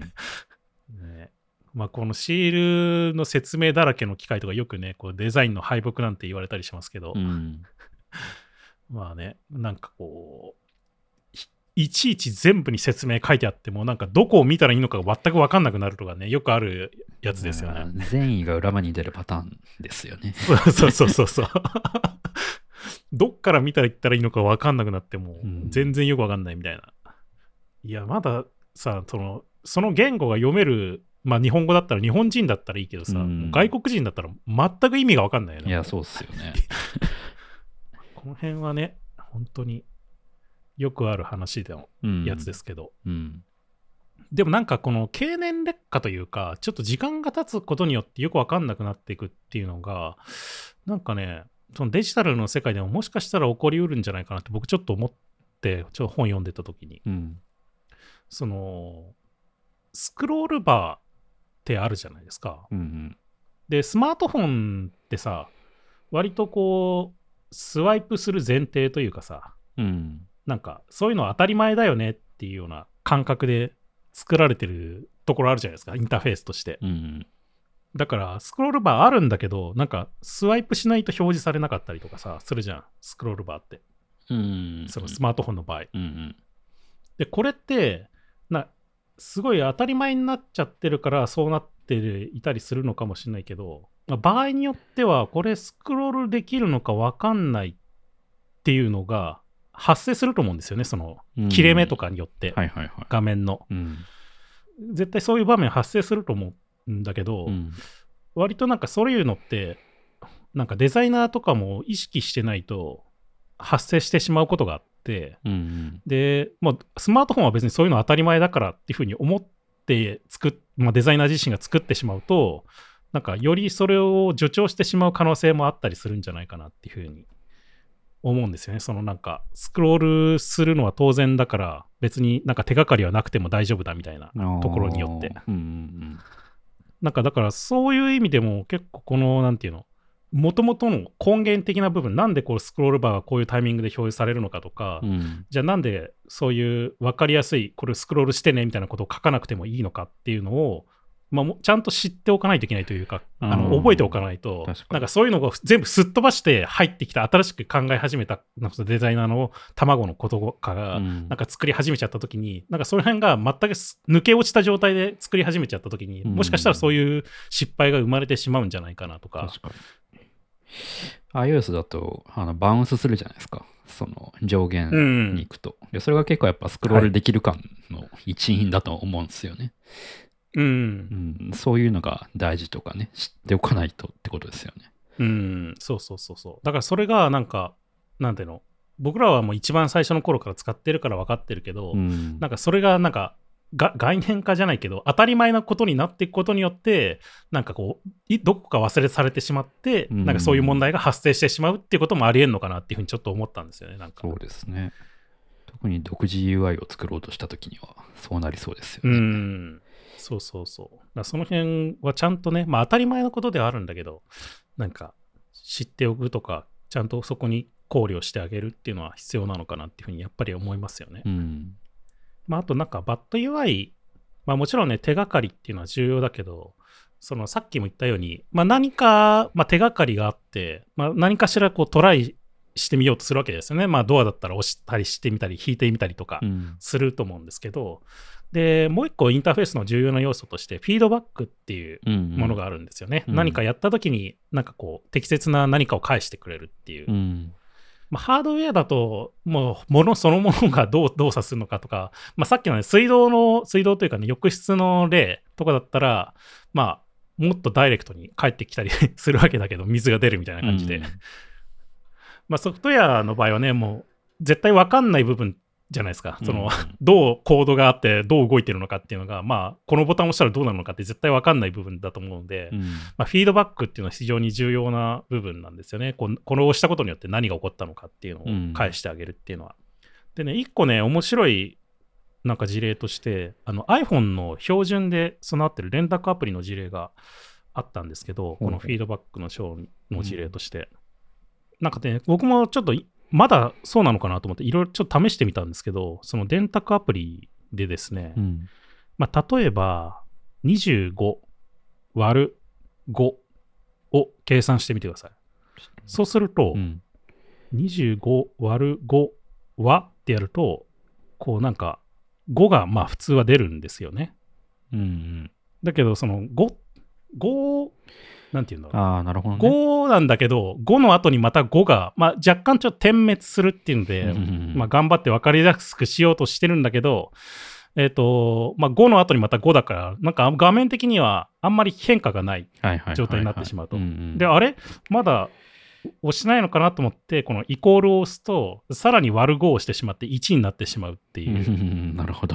まあこのシールの説明だらけの機械とかよくね、こうデザインの敗北なんて言われたりしますけど、まあね、なんかこう、いちいち全部に説明書いてあっても、なんかどこを見たらいいのかが全く分かんなくなるとかね、よくあるやつですよね。 善意が裏目に出るパターンですよね。 そう。どっから見たらいったらいいのか分かんなくなっても、全然よく分かんないみたいな。いや、まださ、その言語が読めるまあ日本語だったら日本人だったらいいけどさ、外国人だったら全く意味が分かんないよね。 いや、そうっすよね。 この辺はね、本当によくある話でのやつですけど、でもなんかこの経年劣化というか、ちょっと時間が経つことによってよく分かんなくなっていくっていうのが、なんかね、そのデジタルの世界でももしかしたら起こりうるんじゃないかなって僕ちょっと思って、ちょっと本読んでた時に、そのスクロールバーってあるじゃないですか。で、スマートフォンってさ、割とこう、スワイプする前提というかさ、なんかそういうの当たり前だよねっていうような感覚で作られてるところあるじゃないですか、インターフェースとして。だからスクロールバーあるんだけど、なんかスワイプしないと表示されなかったりとかさ、するじゃん、スクロールバーって。そのスマートフォンの場合。で、これってすごい当たり前になっちゃってるからそうなっていたりするのかもしれないけど、場合によってはこれスクロールできるのか分かんないっていうのが発生すると思うんですよね、その切れ目とかによって、画面の、絶対そういう場面発生すると思うんだけど、割となんかそういうのってなんかデザイナーとかも意識してないと発生してしまうことがあって、で、まあ、スマートフォンは別にそういうの当たり前だからっていうふうに思ってデザイナー自身が作ってしまうと、なんかよりそれを助長してしまう可能性もあったりするんじゃないかなっていうふうに思うんですよね。そのなんかスクロールするのは当然だから別になんか手がかりはなくても大丈夫だみたいなところによって、なんかだからそういう意味でも結構このなんていうの、もともとの根源的な部分、なんでこうスクロールバーがこういうタイミングで表示されるのかとか、じゃあなんでそういう分かりやすいこれスクロールしてねみたいなことを書かなくてもいいのかっていうのを、まあ、ちゃんと知っておかないといけないというか、覚えておかないと、なんかそういうのが全部すっ飛ばして入ってきた新しく考え始めたデザイナーの卵のことかがなんか作り始めちゃった時に、なんかその辺が全く抜け落ちた状態で作り始めちゃった時に、もしかしたらそういう失敗が生まれてしまうんじゃないかなとか。 確かに iOS だとバウンスするじゃないですか、その上限に行くと、でそれが結構やっぱスクロールできる感の一因だと思うんですよね。そういうのが大事とかね、知っておかないとってことですよね。 そうそうそうそう。だからそれがなんかなんていうの、僕らはもう一番最初の頃から使ってるから分かってるけど、なんかそれがなんか概念化じゃないけど当たり前なことになっていくことによって、なんかこうどこか忘れされてしまって、なんかそういう問題が発生してしまうっていうこともありえるのかなっていうふうにちょっと思ったんですよね。なんかそうですね。特に独自 UI を作ろうとしたときにはそうなりそうですよね。 そうそうそう。だその辺はちゃんとね、まあ当たり前のことではあるんだけど、なんか知っておくとか、ちゃんとそこに考慮してあげるっていうのは必要なのかなっていうふうにやっぱり思いますよね。まああとなんかバッド UI、まあもちろんね手がかりっていうのは重要だけど、そのさっきも言ったように、まあ何か、まあ、手がかりがあって、まあ何かしらこうトライしてみようとするわけですよね。まあドアだったら押したりしてみたり引いてみたりとかすると思うんですけど、でもう一個インターフェースの重要な要素としてフィードバックっていうものがあるんですよね。何かやった時になんかこう適切な何かを返してくれるっていう、まあ、ハードウェアだともう物そのものがどう動作するのかとか、まあ、さっきの、ね、水道というかね浴室の例とかだったらまあもっとダイレクトに返ってきたりするわけだけど、水が出るみたいな感じで、まあソフトウェアの場合はね、もう絶対分かんない部分じゃないですか。そのどうコードがあってどう動いてるのかっていうのが、まあこのボタンを押したらどうなるのかって絶対分かんない部分だと思うので、まあ、フィードバックっていうのは非常に重要な部分なんですよね。この押したことによって何が起こったのかっていうのを返してあげるっていうのは。でね、一個ね面白いなんか事例としてiPhone の標準で備わってる連絡アプリの事例があったんですけど、このフィードバックのの事例として、なんかね僕もちょっとまだそうなのかなと思っていろいろちょっと試してみたんですけど、その電卓アプリでですね、まあ、例えば25割る5を計算してみてください。そうすると、25割る5はってやると、こうなんか5がまあ普通は出るんですよね。だけどその5なんていうんだろう。 なるほどね。 5なんだけど、5の後にまた5が、まあ、若干ちょっと点滅するっていうので、まあ、頑張って分かりやすくしようとしてるんだけど、 5の後にまた5だから、なんか画面的にはあんまり変化がない状態になってしまうと。で、あれまだ押しないのかなと思って、このイコールを押すと、さらに割る5を押してしまって1になってしまうっていう。 なるほど。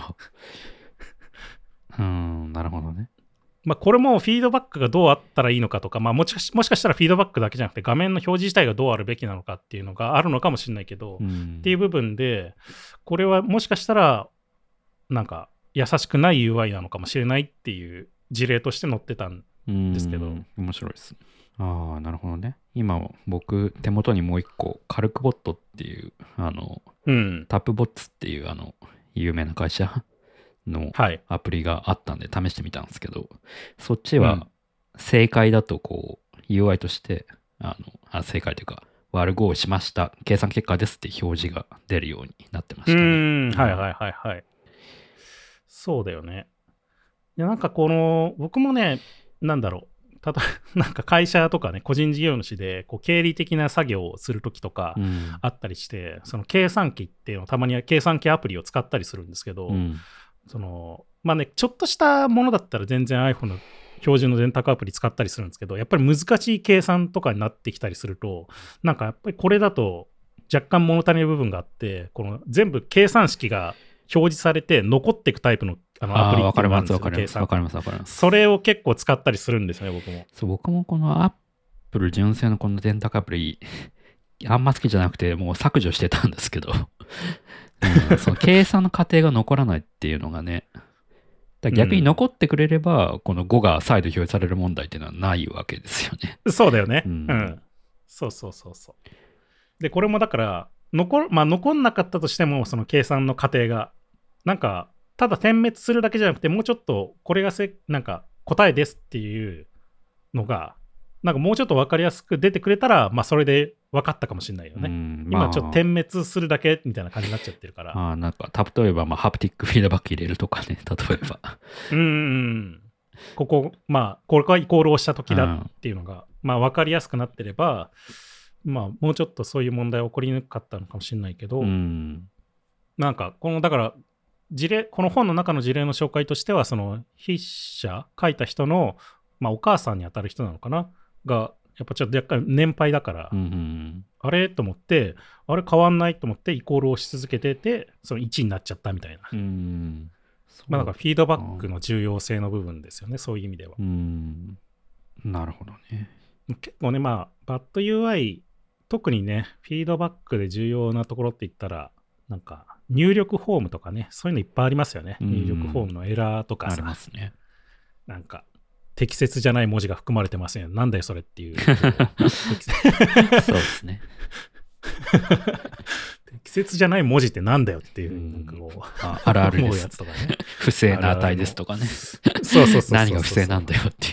なるほどね。 これもフィードバックがどうあったらいいのかとか、もしかしたらフィードバックだけじゃなくて画面の表示自体がどうあるべきなのかっていうのがあるのかもしれないけど、っていう部分で、これはもしかしたら、なんか優しくない UI なのかもしれないっていう事例として載ってたんですけど。 面白いです。ああ、なるほどね。今、僕、手元にもう一個、カルクボットっていう、タップボッツっていう、有名な会社のアプリがあったんで試してみたんですけど、そっちは正解だとこう UI として正解というか割る5をしました計算結果ですって表示が出るようになってましたね。 はいはいはいはい。そうだよね。いやなんか僕もね、なんだろう、なんか会社とかね、個人事業主でこう経理的な作業をするときとかあったりして、その計算機っていうのをたまには計算機アプリを使ったりするんですけど、ちょっとしたものだったら全然 iPhone の標準の電卓アプリ使ったりするんですけど、やっぱり難しい計算とかになってきたりすると、なんかやっぱりこれだと若干物足りない部分があって、この全部計算式が表示されて残っていくタイプのアプリっていうのがあるんですよ。 わかります。 それを結構使ったりするんですね、僕も。 僕もこの Apple 純正のこの電卓アプリ、あんま好きじゃなくて、もう削除してたんですけど、その計算の過程が残らないっていうのがね、逆に残ってくれれば、この5が再度表示される問題っていうのはないわけですよね。 そうだよね。そう。で、これもだから、残んなかったとしても、その計算の過程が、なんか、ただ点滅するだけじゃなくて、もうちょっと、これがなんか答えですっていうのが、なんかもうちょっと分かりやすく出てくれたら、それで分かったかもしれないよね。今ちょっと点滅するだけみたいな感じになっちゃってるから。 なんか例えばハプティックフィードバック入れるとかね、例えば。 これがイコールをした時だっていうのが、分かりやすくなってれば、もうちょっとそういう問題は起こりにくかったのかもしれないけど、なんかだからこの本の中の事例の紹介としては、その筆者書いた人の、お母さんに当たる人なのかなが、やっぱちょっと若干年配だから、あれと思って、あれ変わんないと思ってイコールをし続けてて、その1になっちゃったみたいな。なんかフィードバックの重要性の部分ですよね、そういう意味では。 なるほどね。 結構ね、バッド UI、特にね、フィードバックで重要なところって言ったら、なんか入力フォームとかね、そういうのいっぱいありますよね。入力フォームのエラーとかさ。 ありますね。 なんか、適切じゃない文字が含まれてません。なんだよそれっていう。 そうですね。 適切じゃない文字ってなんだよっていう、なんかあるあるです。 思うやつとかね。 不正な値ですとかね。 そう。 何が不正なんだよっていう。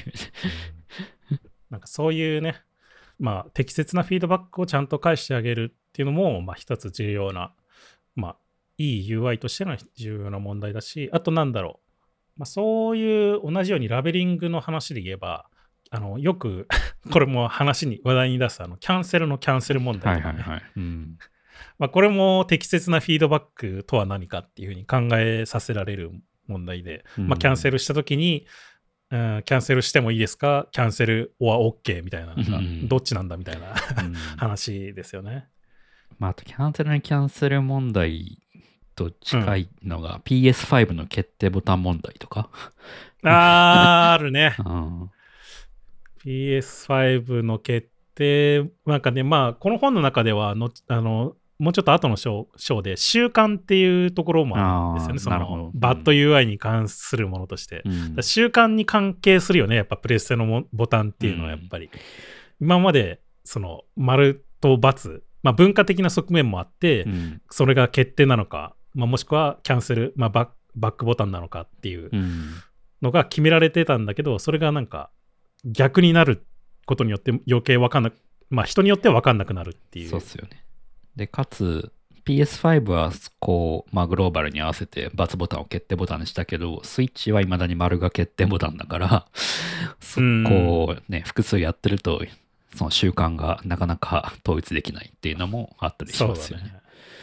なんかそういうね、適切なフィードバックをちゃんと返してあげるっていうのも、一つ重要な、いい UI としての重要な問題だし、あとなんだろう。そういう同じようにラベリングの話で言えば、よくこれも話題に出すキャンセルのキャンセル問題とかね。これも適切なフィードバックとは何かっていうふうに考えさせられる問題で、キャンセルしたときに、キャンセルしてもいいですか？キャンセルは OK みたいな、どっちなんだみたいな話ですよね。 あとキャンセル問題と近いのが PS5 の決定ボタン問題とか。 あるね。PS5 の決定、なんかね、この本の中ではもうちょっと後の章で習慣っていうところもあるんですよね。そのバッド UI に関するものとして。習慣に関係するよね。やっぱプレステのボタンっていうのはやっぱり。今までその丸と×、文化的な側面もあって、それが決定なのか、もしくはキャンセル、バックボタンなのかっていうのが決められてたんだけど、それがなんか逆になることによって余計分かんなく、人によっては分かんなくなるっていう。 そうっすよね。で、かつ PS5 はこう、グローバルに合わせて×ボタンを決定ボタンにしたけど、スイッチは未だに丸が決定ボタンだから、こうね、複数やってると、その習慣がなかなか統一できないっていうのもあったりしますよね。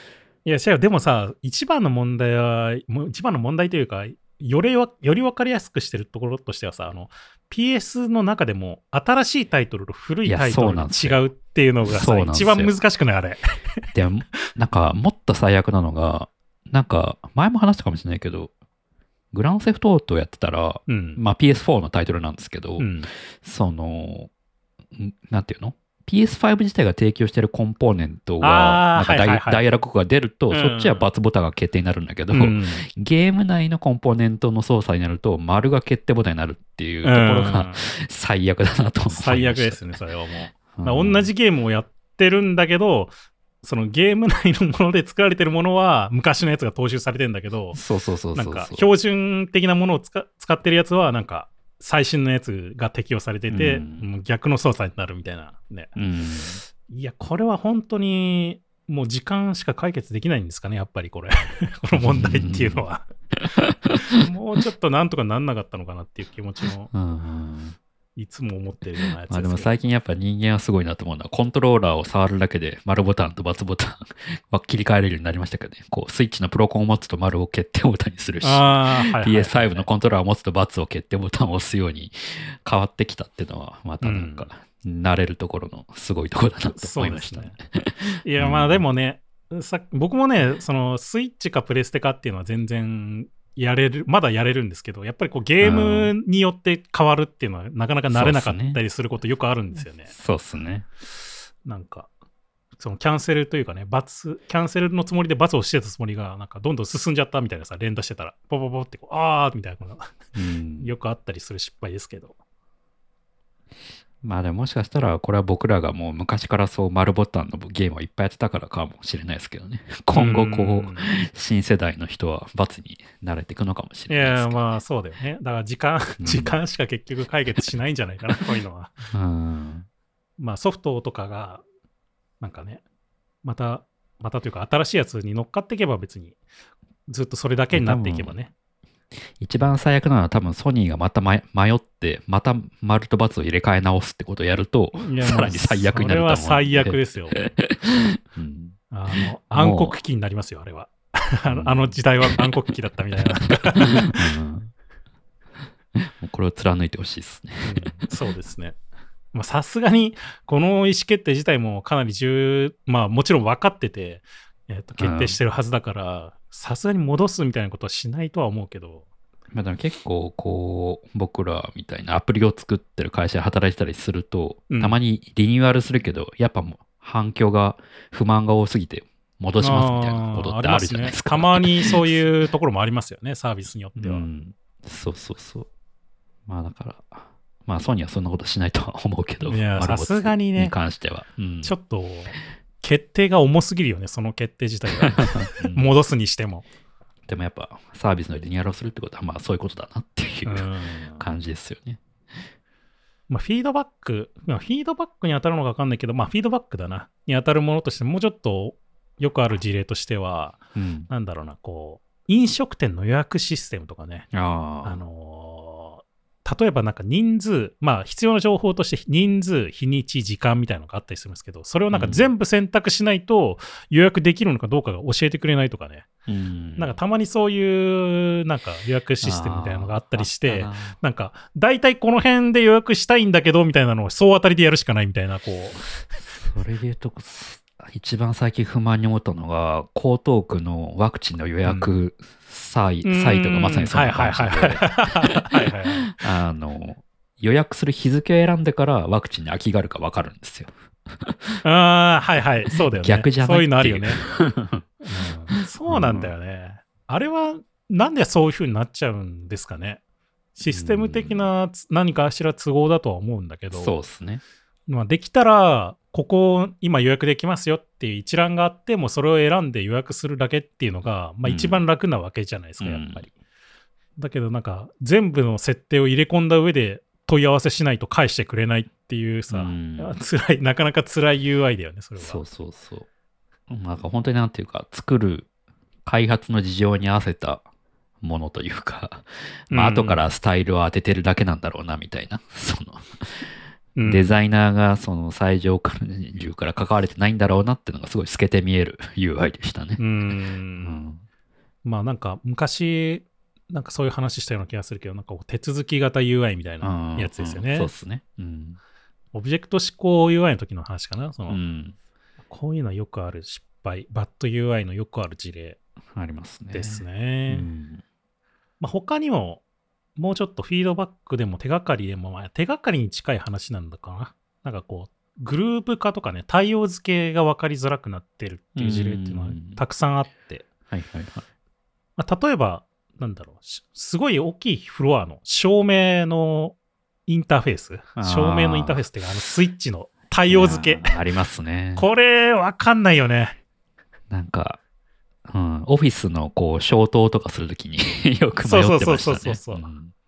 いや、でもさ、一番の問題というか、より分かりやすくしてるところとしてはさ、PS の中でも新しいタイトルと古いタイトルが違うっていうのがさ、一番難しくないあれ。 でも、なんか、もっと最悪なのが、なんか、前も話したかもしれないけど、グランドセフトオートをやってたら、まあ PS4 のタイトルなんですけど、なんていうの？PS5 自体が提供しているコンポーネントが、ダイヤログが出ると、そっちは×ボタンが決定になるんだけど、ゲーム内のコンポーネントの操作になると、丸が決定ボタンになるっていうところが最悪だなと思いました。 最悪ですね、それはもう。同じゲームをやってるんだけど、そのゲーム内のもので作られてるものは昔のやつが踏襲されてるんだけど、なんか標準的なものを使ってるやつは、なんか、最新のやつが適用されてて、もう逆の操作になるみたいなね。いや、これは本当にもう時間しか解決できないんですかね、やっぱりこれ。この問題っていうのは。もうちょっとなんとかなんなかったのかなっていう気持ちも、いつも思ってるようなやつですけど。 でも最近やっぱ人間はすごいなと思うのは、コントローラーを触るだけで丸ボタンと×ボタンは切り替えれるようになりましたけどね。こう、スイッチのプロコンを持つと丸を決定ボタンにするし、PS5 のコントローラーを持つと×を決定ボタンを押すように変わってきたっていうのは、またなんか、慣れるところのすごいところだなと思いましたね。 いや、まあでもね、僕もね、そのスイッチかプレステかっていうのは全然、まだやれるんですけど、やっぱりこうゲームによって変わるっていうのはなかなか慣れなかったりすることよくあるんですよね。 そうっすね。 なんか、そのキャンセルというかね、キャンセルのつもりで×をしてたつもりが、なんかどんどん進んじゃったみたいなさ、連打してたら、ポポポってこう、みたいな、よくあったりする失敗ですけど。 まあでももしかしたらこれは僕らがもう昔からそう丸ボタンのゲームをいっぱいやってたからかもしれないですけどね。今後こう新世代の人は×に慣れていくのかもしれないですけど、ね。 いやまあそうだよね。だから時間しか結局解決しないんじゃないかな、こういうのは。まあソフトとかがなんかね、またというか新しいやつに乗っかっていけば別にずっとそれだけになっていけばね。 一番最悪なのは多分ソニーがまた迷ってまた丸と×を入れ替え直すってことをやるとさらに最悪になると思うので。 それは最悪ですよ。暗黒期になりますよ、あれは。あの時代は暗黒期だったみたいな。 もうこれを貫いてほしいですね。 そうですね。さすがにこの意思決定自体もかなりまあもちろん分かってて、決定してるはずだから、さすがに戻すみたいなことはしないとは思うけど。 まあでも結構こう僕らみたいなアプリを作ってる会社で働いてたりすると、たまにリニューアルするけどやっぱもう反響が不満が多すぎて戻しますみたいなことってあるじゃないですか。 たまにそういうところもありますよね、サービスによっては。 そうそうそう。まあだからまあソニーはそんなことしないとは思うけど、 いやさすがにねに関しては、 ちょっと決定が重すぎるよね、その決定自体が。戻すにしても。 でもやっぱサービスのリニューアルをするってことはまあそういうことだなっていう感じですよね。 まあフィードバックに当たるのか分かんないけど、まあフィードバックだな。に当たるものとしてもうちょっとよくある事例としては、なんだろうな、こう、飲食店の予約システムとかね。例えばなんか人数、まあ必要な情報として人数、日にち、時間みたいなのがあったりするんですけど、それをなんか全部選択しないと予約できるのかどうかが教えてくれないとかね。なんかたまにそういうなんか予約システムみたいなのがあったりして、なんか大体この辺で予約したいんだけどみたいなのを総当たりでやるしかないみたいな、こう。 それで言うと、一番最近不満に思ったのが、江東区のワクチンの予約サイトがまさにそんな感じで、予約する日付を選んでからワクチンに空きがあるか分かるんですよ。 はいはい、そうだよね。 逆じゃないっていう。 そういうのあるよね。そうなんだよね。あれはなんでそういう風になっちゃうんですかね。システム的な何かしら都合だとは思うんだけど。 そうですね。 まあ、できたら、ここ今予約できますよっていう一覧があって、もうそれを選んで予約するだけっていうのが、まあ一番楽なわけじゃないですか、やっぱり。だけどなんか、全部の設定を入れ込んだ上で問い合わせしないと返してくれないっていうさ、なかなか辛い UI だよね、それは。 そうそうそう。なんか本当になんていうか、開発の事情に合わせたものというか、まあ後からスタイルを当ててるだけなんだろうな、みたいな。 デザイナーがその最上重から関われてないんだろうなっていうのがすごい透けて見える UI でしたね。 まあなんか昔、なんかそういう話したような気がするけど、なんか手続き型 UI みたいなやつですよね。 そうですね。 オブジェクト指向 UI の時の話かな。こういうのはよくある失敗、バッド UI のよくある事例ありますね。 ですね。まあ、他にも、もうちょっとフィードバックでも手がかりでも、手がかりに近い話なんだかな。なんかこう、グループ化とかね、対応付けが分かりづらくなってるっていう事例っていうのはたくさんあって、まあ、例えば、なんだろう、すごい大きいフロアの照明のインターフェース、照明のインターフェースっていうか、スイッチの対応付け。 ありますね。 これ、わかんないよね。 なんか、オフィスのこう消灯とかするときによく迷ってましたね。そう。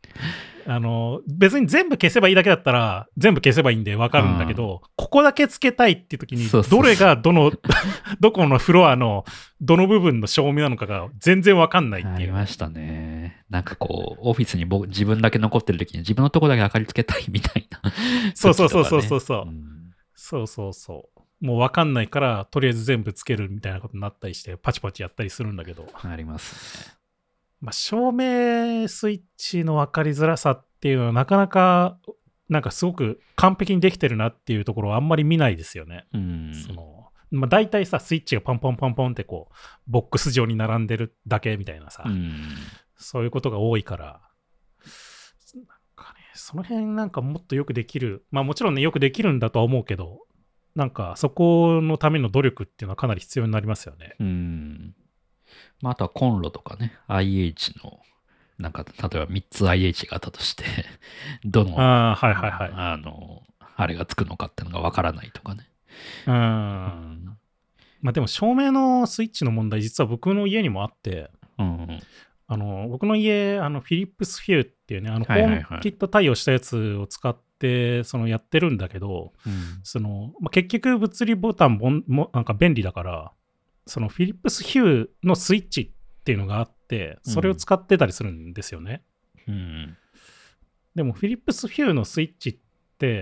別に全部消せばいいだけだったら全部消せばいいんで分かるんだけど、ここだけつけたいっていう時にどれがどこのフロアのどの部分の照明なのかが全然分かんないっていう。 ありましたね。なんかこうオフィスに自分だけ残ってる時に自分のとこだけ明かりつけたいみたいな、 そう。もう分かんないからとりあえず全部つけるみたいなことになったりしてパチパチやったりするんだけど。 ありますね。 まあ、照明スイッチの分かりづらさっていうのはなかなかなんかすごく完璧にできてるなっていうところはあんまり見ないですよね。まあ、大体さスイッチがポンポンポンポンってこうボックス上に並んでるだけみたいなさ、そういうことが多いからなんかね、その辺なんかもっとよくできる、まあもちろんねよくできるんだとは思うけど、なんかそこのための努力っていうのはかなり必要になりますよね。 まあ、あとはコンロとかね、IH の、なんか、例えば3つ IH があったとして、どの、あれがつくのかっていうのがわからないとかね。 まあでも照明のスイッチの問題、実は僕の家にもあって、僕の家、フィリップスフューっていうね、ホームキット対応したやつを使って、やってるんだけど、結局物理ボタンもなんか便利だから、そのフィリップスヒューのスイッチっていうのがあって、それを使ってたりするんですよね。でもフィリップスヒューのスイッチって、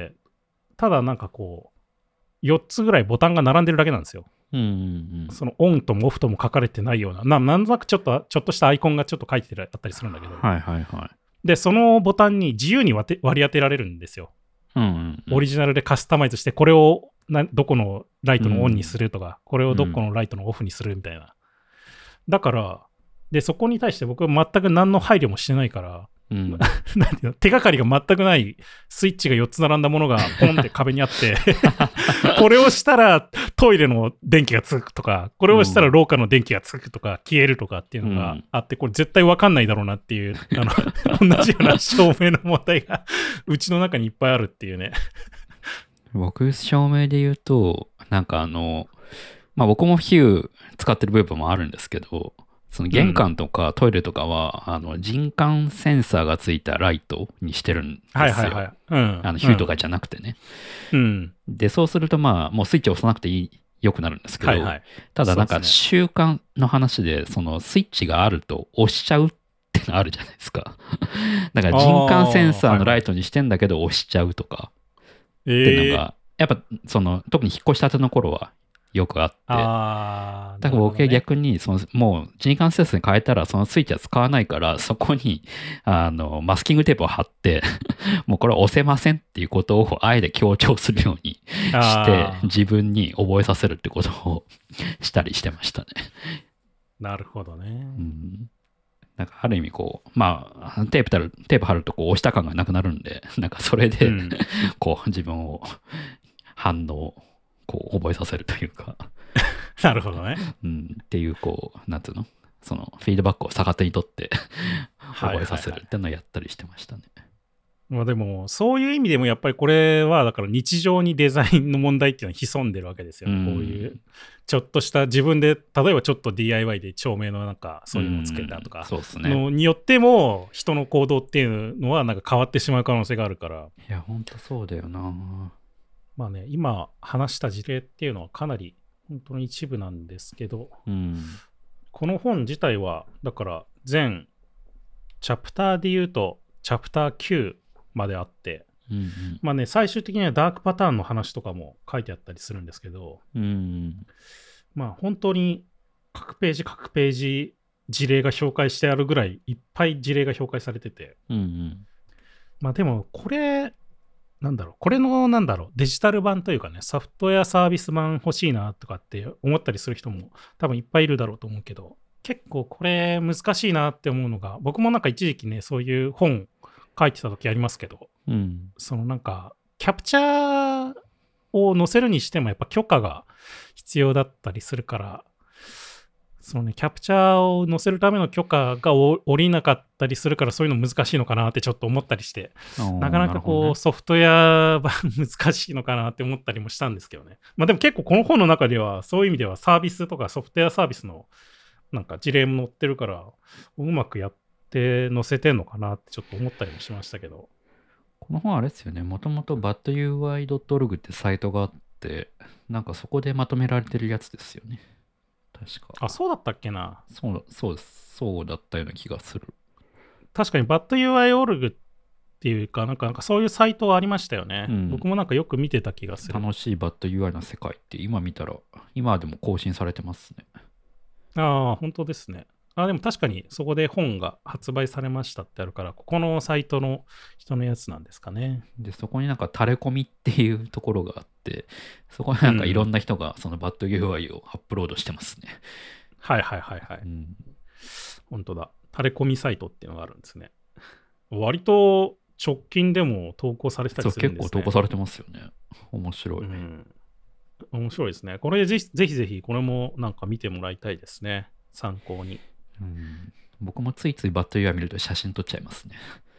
ただなんかこう、4つぐらいボタンが並んでるだけなんですよ。そのオンともオフとも書かれてないような、なんとなくちょっとしたアイコンがちょっと書いてあったりするんだけど、で、そのボタンに自由に割り当てられるんですよ。オリジナルでカスタマイズして、これをどこのライトのオンにするとか、これをどこのライトのオフにするみたいな。だから、で、そこに対して僕は全く何の配慮もしてないから、なんていうの、手がかりが全くないスイッチが4つ並んだものがポンって壁にあってこれをしたらトイレの電気がつくとか、これをしたら廊下の電気がつくとか消えるとかっていうのがあって、これ絶対分かんないだろうなっていう同じような照明の問題がうちの中にいっぱいあるっていうね。 僕照明で言うとなんかまあ僕もヒュー使ってる部分もあるんですけど、その玄関とかトイレとかは、人感センサーがついたライトにしてるんですよ。ヒューとかじゃなくてね。で、そうするとまあ、もうスイッチ押さなくてよくなるんですけど、ただなんか習慣の話で、そのスイッチがあると押しちゃうってのあるじゃないですか。だから人感センサーのライトにしてんだけど押しちゃうとか、っていうのが、やっぱ特に引っ越したての頃は、よくあって、だから僕は逆にもう人感センサーに変えたらそのスイッチは使わないから、そこにマスキングテープを貼ってもうこれは押せませんっていうことをあえて強調するようにして自分に覚えさせるってことをしたりしてましたね。 なるほどね。 なんかある意味こうまあテープ貼るとこう押した感がなくなるんで、なんかそれで、こう自分を反応こう覚えさせるというかなるほどね。 っていうこうなんていうの、そのフィードバックを逆手にとって覚えさせるっていうのをやったりしてましたね。 まあでもそういう意味でもやっぱりこれはだから日常にデザインの問題っていうのは潜んでるわけですよ、こういうちょっとした自分で例えばちょっと DIY で照明のなんかそういうのをつけたとかのによっても人の行動っていうのはなんか変わってしまう可能性があるから。 いや本当そうだよな。 まあね、今話した事例っていうのはかなり本当に一部なんですけど、この本自体はだから全チャプターで言うとチャプター9まであって、 うんうん、 まあね、最終的にはダークパターンの話とかも書いてあったりするんですけど、 うん、 まあ本当に各ページ事例が紹介してあるぐらいいっぱい事例が紹介されてて、 うんうん、 まあでもこれこれのデジタル版というかね、ソフトウェアサービス版欲しいなとかって思ったりする人も多分いっぱいいるだろうと思うけど、結構これ難しいなって思うのが、僕もなんか一時期ね、そういう本書いてた時ありますけど、 うん、 そのなんかキャプチャーを載せるにしてもやっぱ許可が必要だったりするから、そのね、キャプチャーを載せるための許可が下りなかったりするから、そういうの難しいのかなってちょっと思ったりして、なかなかこう、ソフトウェア版難しいのかなって思ったりもしたんですけどね。まあでも結構この本の中では、そういう意味ではサービスとかソフトウェアサービスのなんか事例も載ってるから、うまくやって載せてんのかなってちょっと思ったりもしましたけど。 この本あれですよね、もともと badui.org ってサイトがあって、なんかそこでまとめられてるやつですよね。確か。 あ、そうだったっけな。 そうだったような気がする。 確かに badui.org っていうか、なんかそういうサイトはありましたよね。僕もなんかよく見てた気がする。 楽しい badui の世界って今見たら、今でも更新されてますね。 ああ、本当ですね。でも確かにそこで本が発売されましたってあるから、ここのサイトの人のやつなんですかね。 で、そこになんか垂れ込みっていうところがあって、そこになんかいろんな人がそのバッド UI をアップロードしてますね。 はいはいはいはい。本当だ。垂れ込みサイトっていうのがあるんですね。割と直近でも投稿されてたりするんですね。 そう、結構投稿されてますよね。面白い。 面白いですね。これぜひこれもなんか見てもらいたいですね。参考に。 僕もついついバッド UI 見ると写真撮っちゃいますね。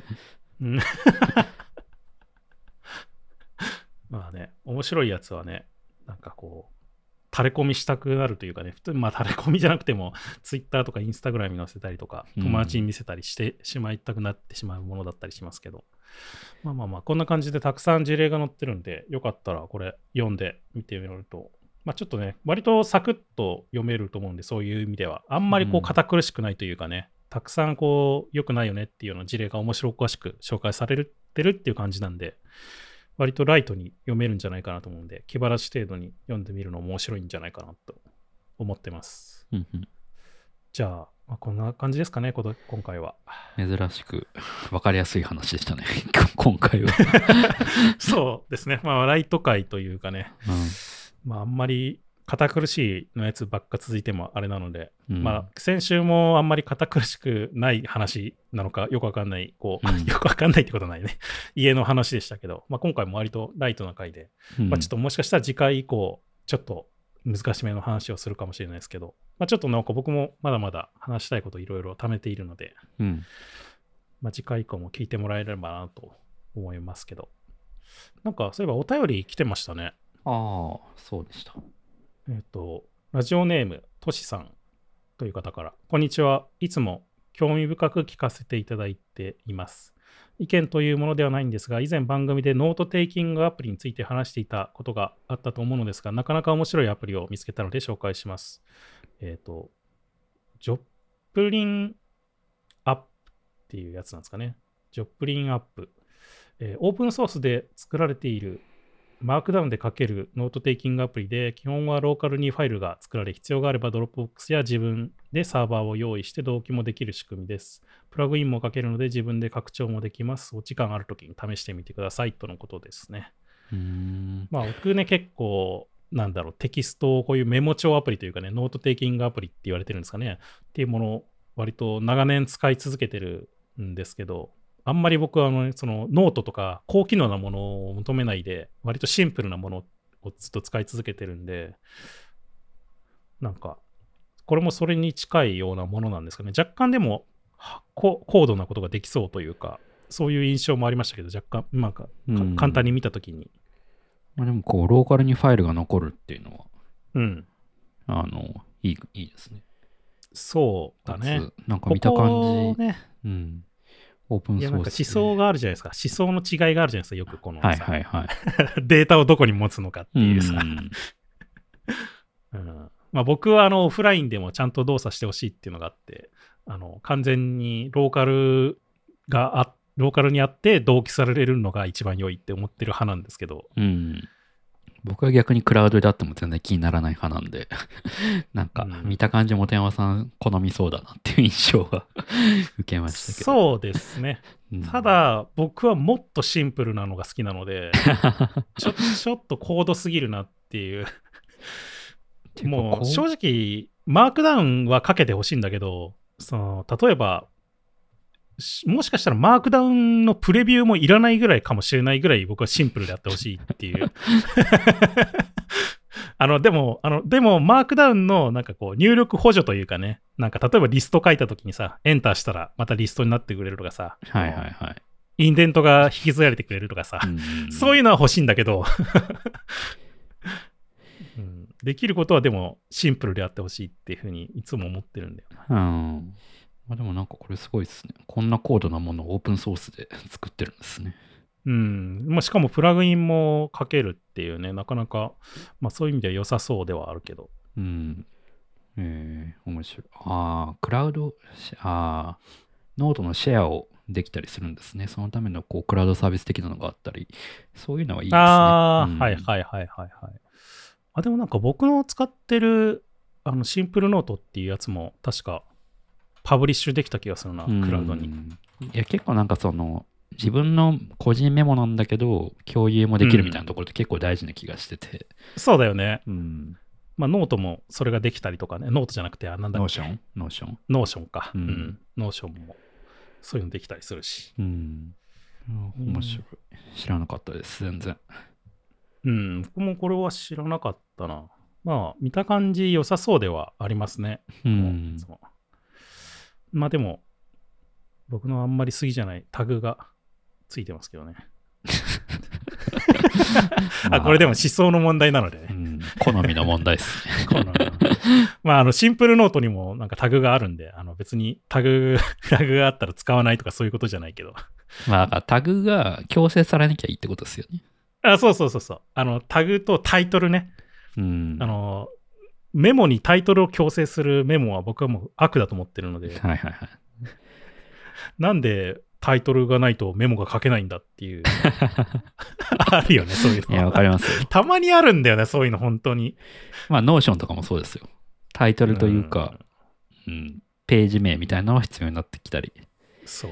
まあね、面白いやつはね、なんかこう、垂れ込みしたくなるというかね、普通にまあ垂れ込みじゃなくても、Twitter とか Instagram に載せたりとか、友達に見せたりしてしまいたくなってしまうものだったりしますけど、まあ、こんな感じでたくさん事例が載ってるんで、よかったらこれ読んでみてみると、まあちょっとね、割とサクッと読めると思うんで、そういう意味では、あんまりこう堅苦しくないというかね、たくさんこう、良くないよねっていうような事例が面白おかしく紹介されてるっていう感じなんで、割とライトに読めるんじゃないかなと思うんで、気晴らし程度に読んでみるのも面白いんじゃないかなと思ってます。じゃあ、まあ、こんな感じですかね、今回は。 珍しく分かりやすい話でしたね、今回は。 そうですね、まあ、ライト界というかね、まあ、あんまり堅苦しいのやつばっか続いてもあれなので、まあ、先週もあんまり堅苦しくない話なのかよくわかんない、よくわかんないってことはないね。家の話でしたけど、まあ、今回も割とライトな回で、まあ、ちょっともしかしたら次回以降、ちょっと難しめの話をするかもしれないですけど、まあ、ちょっとなんか僕もまだまだ話したいこといろいろ貯めているので、まあ、次回以降も聞いてもらえればなと思いますけど、なんかそういえばお便り来てましたね。 ああ、そうでした。 ラジオネーム、としさんという方から、こんにちは。いつも興味深く聞かせていただいています。意見というものではないんですが、以前番組でノートテイキングアプリについて話していたことがあったと思うのですが、なかなか面白いアプリを見つけたので紹介します。ジョップリンアップっていうやつなんですかね。ジョップリンアップ。オープンソースで作られているマークダウンで書けるノートテイキングアプリで、基本はローカルにファイルが作られ、必要があればドロップボックスや自分でサーバーを用意して同期もできる仕組みです。プラグインも書けるので自分で拡張もできます。お時間あるときに試してみてくださいとのことですね。まあ僕ね、結構、テキストをこういうメモ帳アプリというかね、ノートテイキングアプリって言われてるんですかね。っていうものを割と長年使い続けてるんですけど、あんまり僕はそのノートとか高機能なものを求めないで、割とシンプルなものをずっと使い続けてるんで、なんか、これもそれに近いようなものなんですかね。若干でも高度なことができそうというか、そういう印象もありましたけど、若干、なんか、簡単に見たときに。 まあ、でもこう、ローカルにファイルが残るっていうのは、いいですね。 そうだね。 なんか見た感じ。 ね、 オープンソース。 いや、なんか思想があるじゃないですか。思想の違いがあるじゃないですか。よくこのデータをどこに持つのかっていうさ。まあ、僕はオフラインでもちゃんと動作してほしいっていうのがあって、完全にローカルがローカルにあって同期されるのが一番良いって思ってる派なんですけど。 うん。僕は逆にクラウドであっても全然気にならない派なんでなんか見た感じ本山さん好みそうだなっていう印象は受けましたけど。 そうですね、ただ僕はもっとシンプルなのが好きなのでちょっと高度すぎるなっていうもう正直マークダウンはかけてほしいんだけど、例えばもしかしたらマークダウンのプレビューもいらないぐらいかもしれないぐらい僕はシンプルであってほしいっていうでもマークダウンのなんかこう入力補助というかね、なんか例えばリスト書いた時にさ、エンターしたらまたリストになってくれるとかさ、 はいはいはい、 インデントが引き継がれてくれるとかさ、そういうのは欲しいんだけど、できることはでもシンプルであってほしいっていうふうにいつも思ってるんだよな。 まあ、でもなんかこれすごいですね。こんな高度なものをオープンソースで作ってるんですね。 まあ、しかもプラグインも書けるっていうね、なかなか、まあ、そういう意味では良さそうではあるけど。 面白い。クラウド、ノートのシェアをできたりするんですね。そのためのこうクラウドサービス的なのがあったり、そういうのはいいですね。 はいはいはいはいはい。でもなんか僕の使ってるシンプルノートっていうやつも確かパブリッシュできた気がするな、クラウドに。 いや結構なんか自分の個人メモなんだけど共有もできるみたいなところって結構大事な気がしてて、 そうだよね。まあノートもそれができたりとかね、ノートじゃなくてなんだっけ、 ノーションノーションか、ノーションもそういうのできたりするし、 面白い。知らなかったです全然。 僕もこれは知らなかったな。まあ見た感じ良さそうではありますね。まあでも僕のあんまり好きじゃないタグがついてますけどね。これでも思想の問題なのでね。 好みの問題ですね。 まあシンプルノートにもなんかタグがあるんで、別にタグがあったら使わないとかそういうことじゃないけど。 まあタグが強制されなきゃいいってことですよね。 そう。タグとタイトルね。メモにタイトルを強制するメモは僕はもう悪だと思ってるので。なんでタイトルがないとメモが書けないんだっていうあるよね、そういうの。 いや、わかりますよ。 たまにあるんだよね、そういうの本当に。 まあノーションとかもそうですよ。タイトルというか、ページ名みたいなのは必要になってきたり。 そう。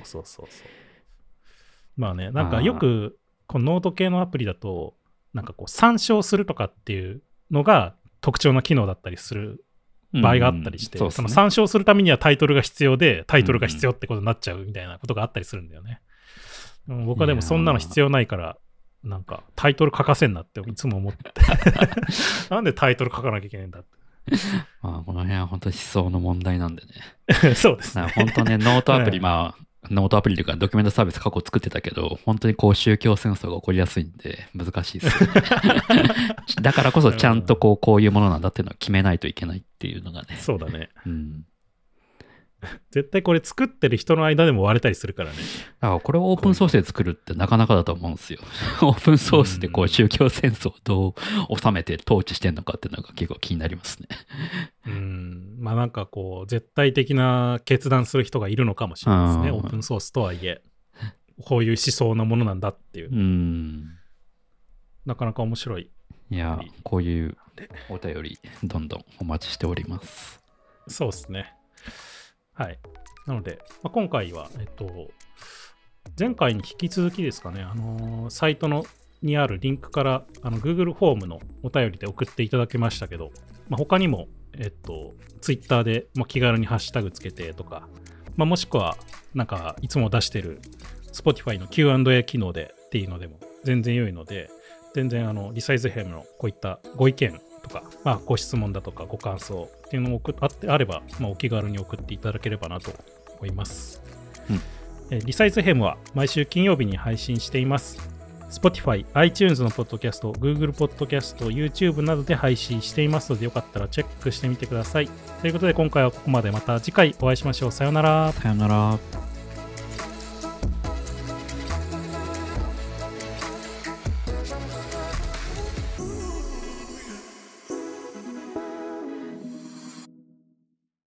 まあね、なんかよくこのノート系のアプリだとなんかこう参照するとかっていうのが特徴な機能だったりする場合があったりして、その参照するためにはタイトルが必要で、タイトルが必要ってことになっちゃうみたいなことがあったりするんだよね。僕はでもそんなの必要ないから、なんかタイトル書かせんなっていつも思ってなんでタイトル書かなきゃいけないんだって。 まあこの辺は本当に思想の問題なんでね。 そうですね。 本当ね、ノートアプリ、ノートアプリというかドキュメントサービス過去作ってたけど、本当にこう宗教戦争が起こりやすいんで難しいですよね。だからこそちゃんとこういうものなんだっていうのを決めないといけないっていうのがね。 そうだね。絶対これ作ってる人の間でも割れたりするからね。 これをオープンソースで作るってなかなかだと思うんですよ。オープンソースでこう宗教戦争をどう収めて統治してんのかっていうのが結構気になりますね。 まあなんかこう絶対的な決断する人がいるのかもしれないですね。オープンソースとはいえこういう思想のものなんだっていう。なかなか面白い。 いや、こういうお便りどんどんお待ちしております。 そうですね。はい。なので、今回は、前回に引き続きですかね、サイトにあるリンクから、Google フォームのお便りで送っていただけましたけど、他にも、Twitter で、気軽にハッシュタグつけてとか、もしくは、なんか、いつも出してる Spotify の Q&A 機能でっていうのでも全然良いので、全然、リサイズヘムのこういったご意見とか、ご質問だとかご感想っていうのもあれば、お気軽に送っていただければなと思います。リサイズヘムは毎週金曜日に配信しています。Spotify、iTunes のポッドキャスト、Google ポッドキャスト、YouTube などで配信していますので、よかったらチェックしてみてください。ということで今回はここまで。また次回お会いしましょう。さようなら。 さようなら。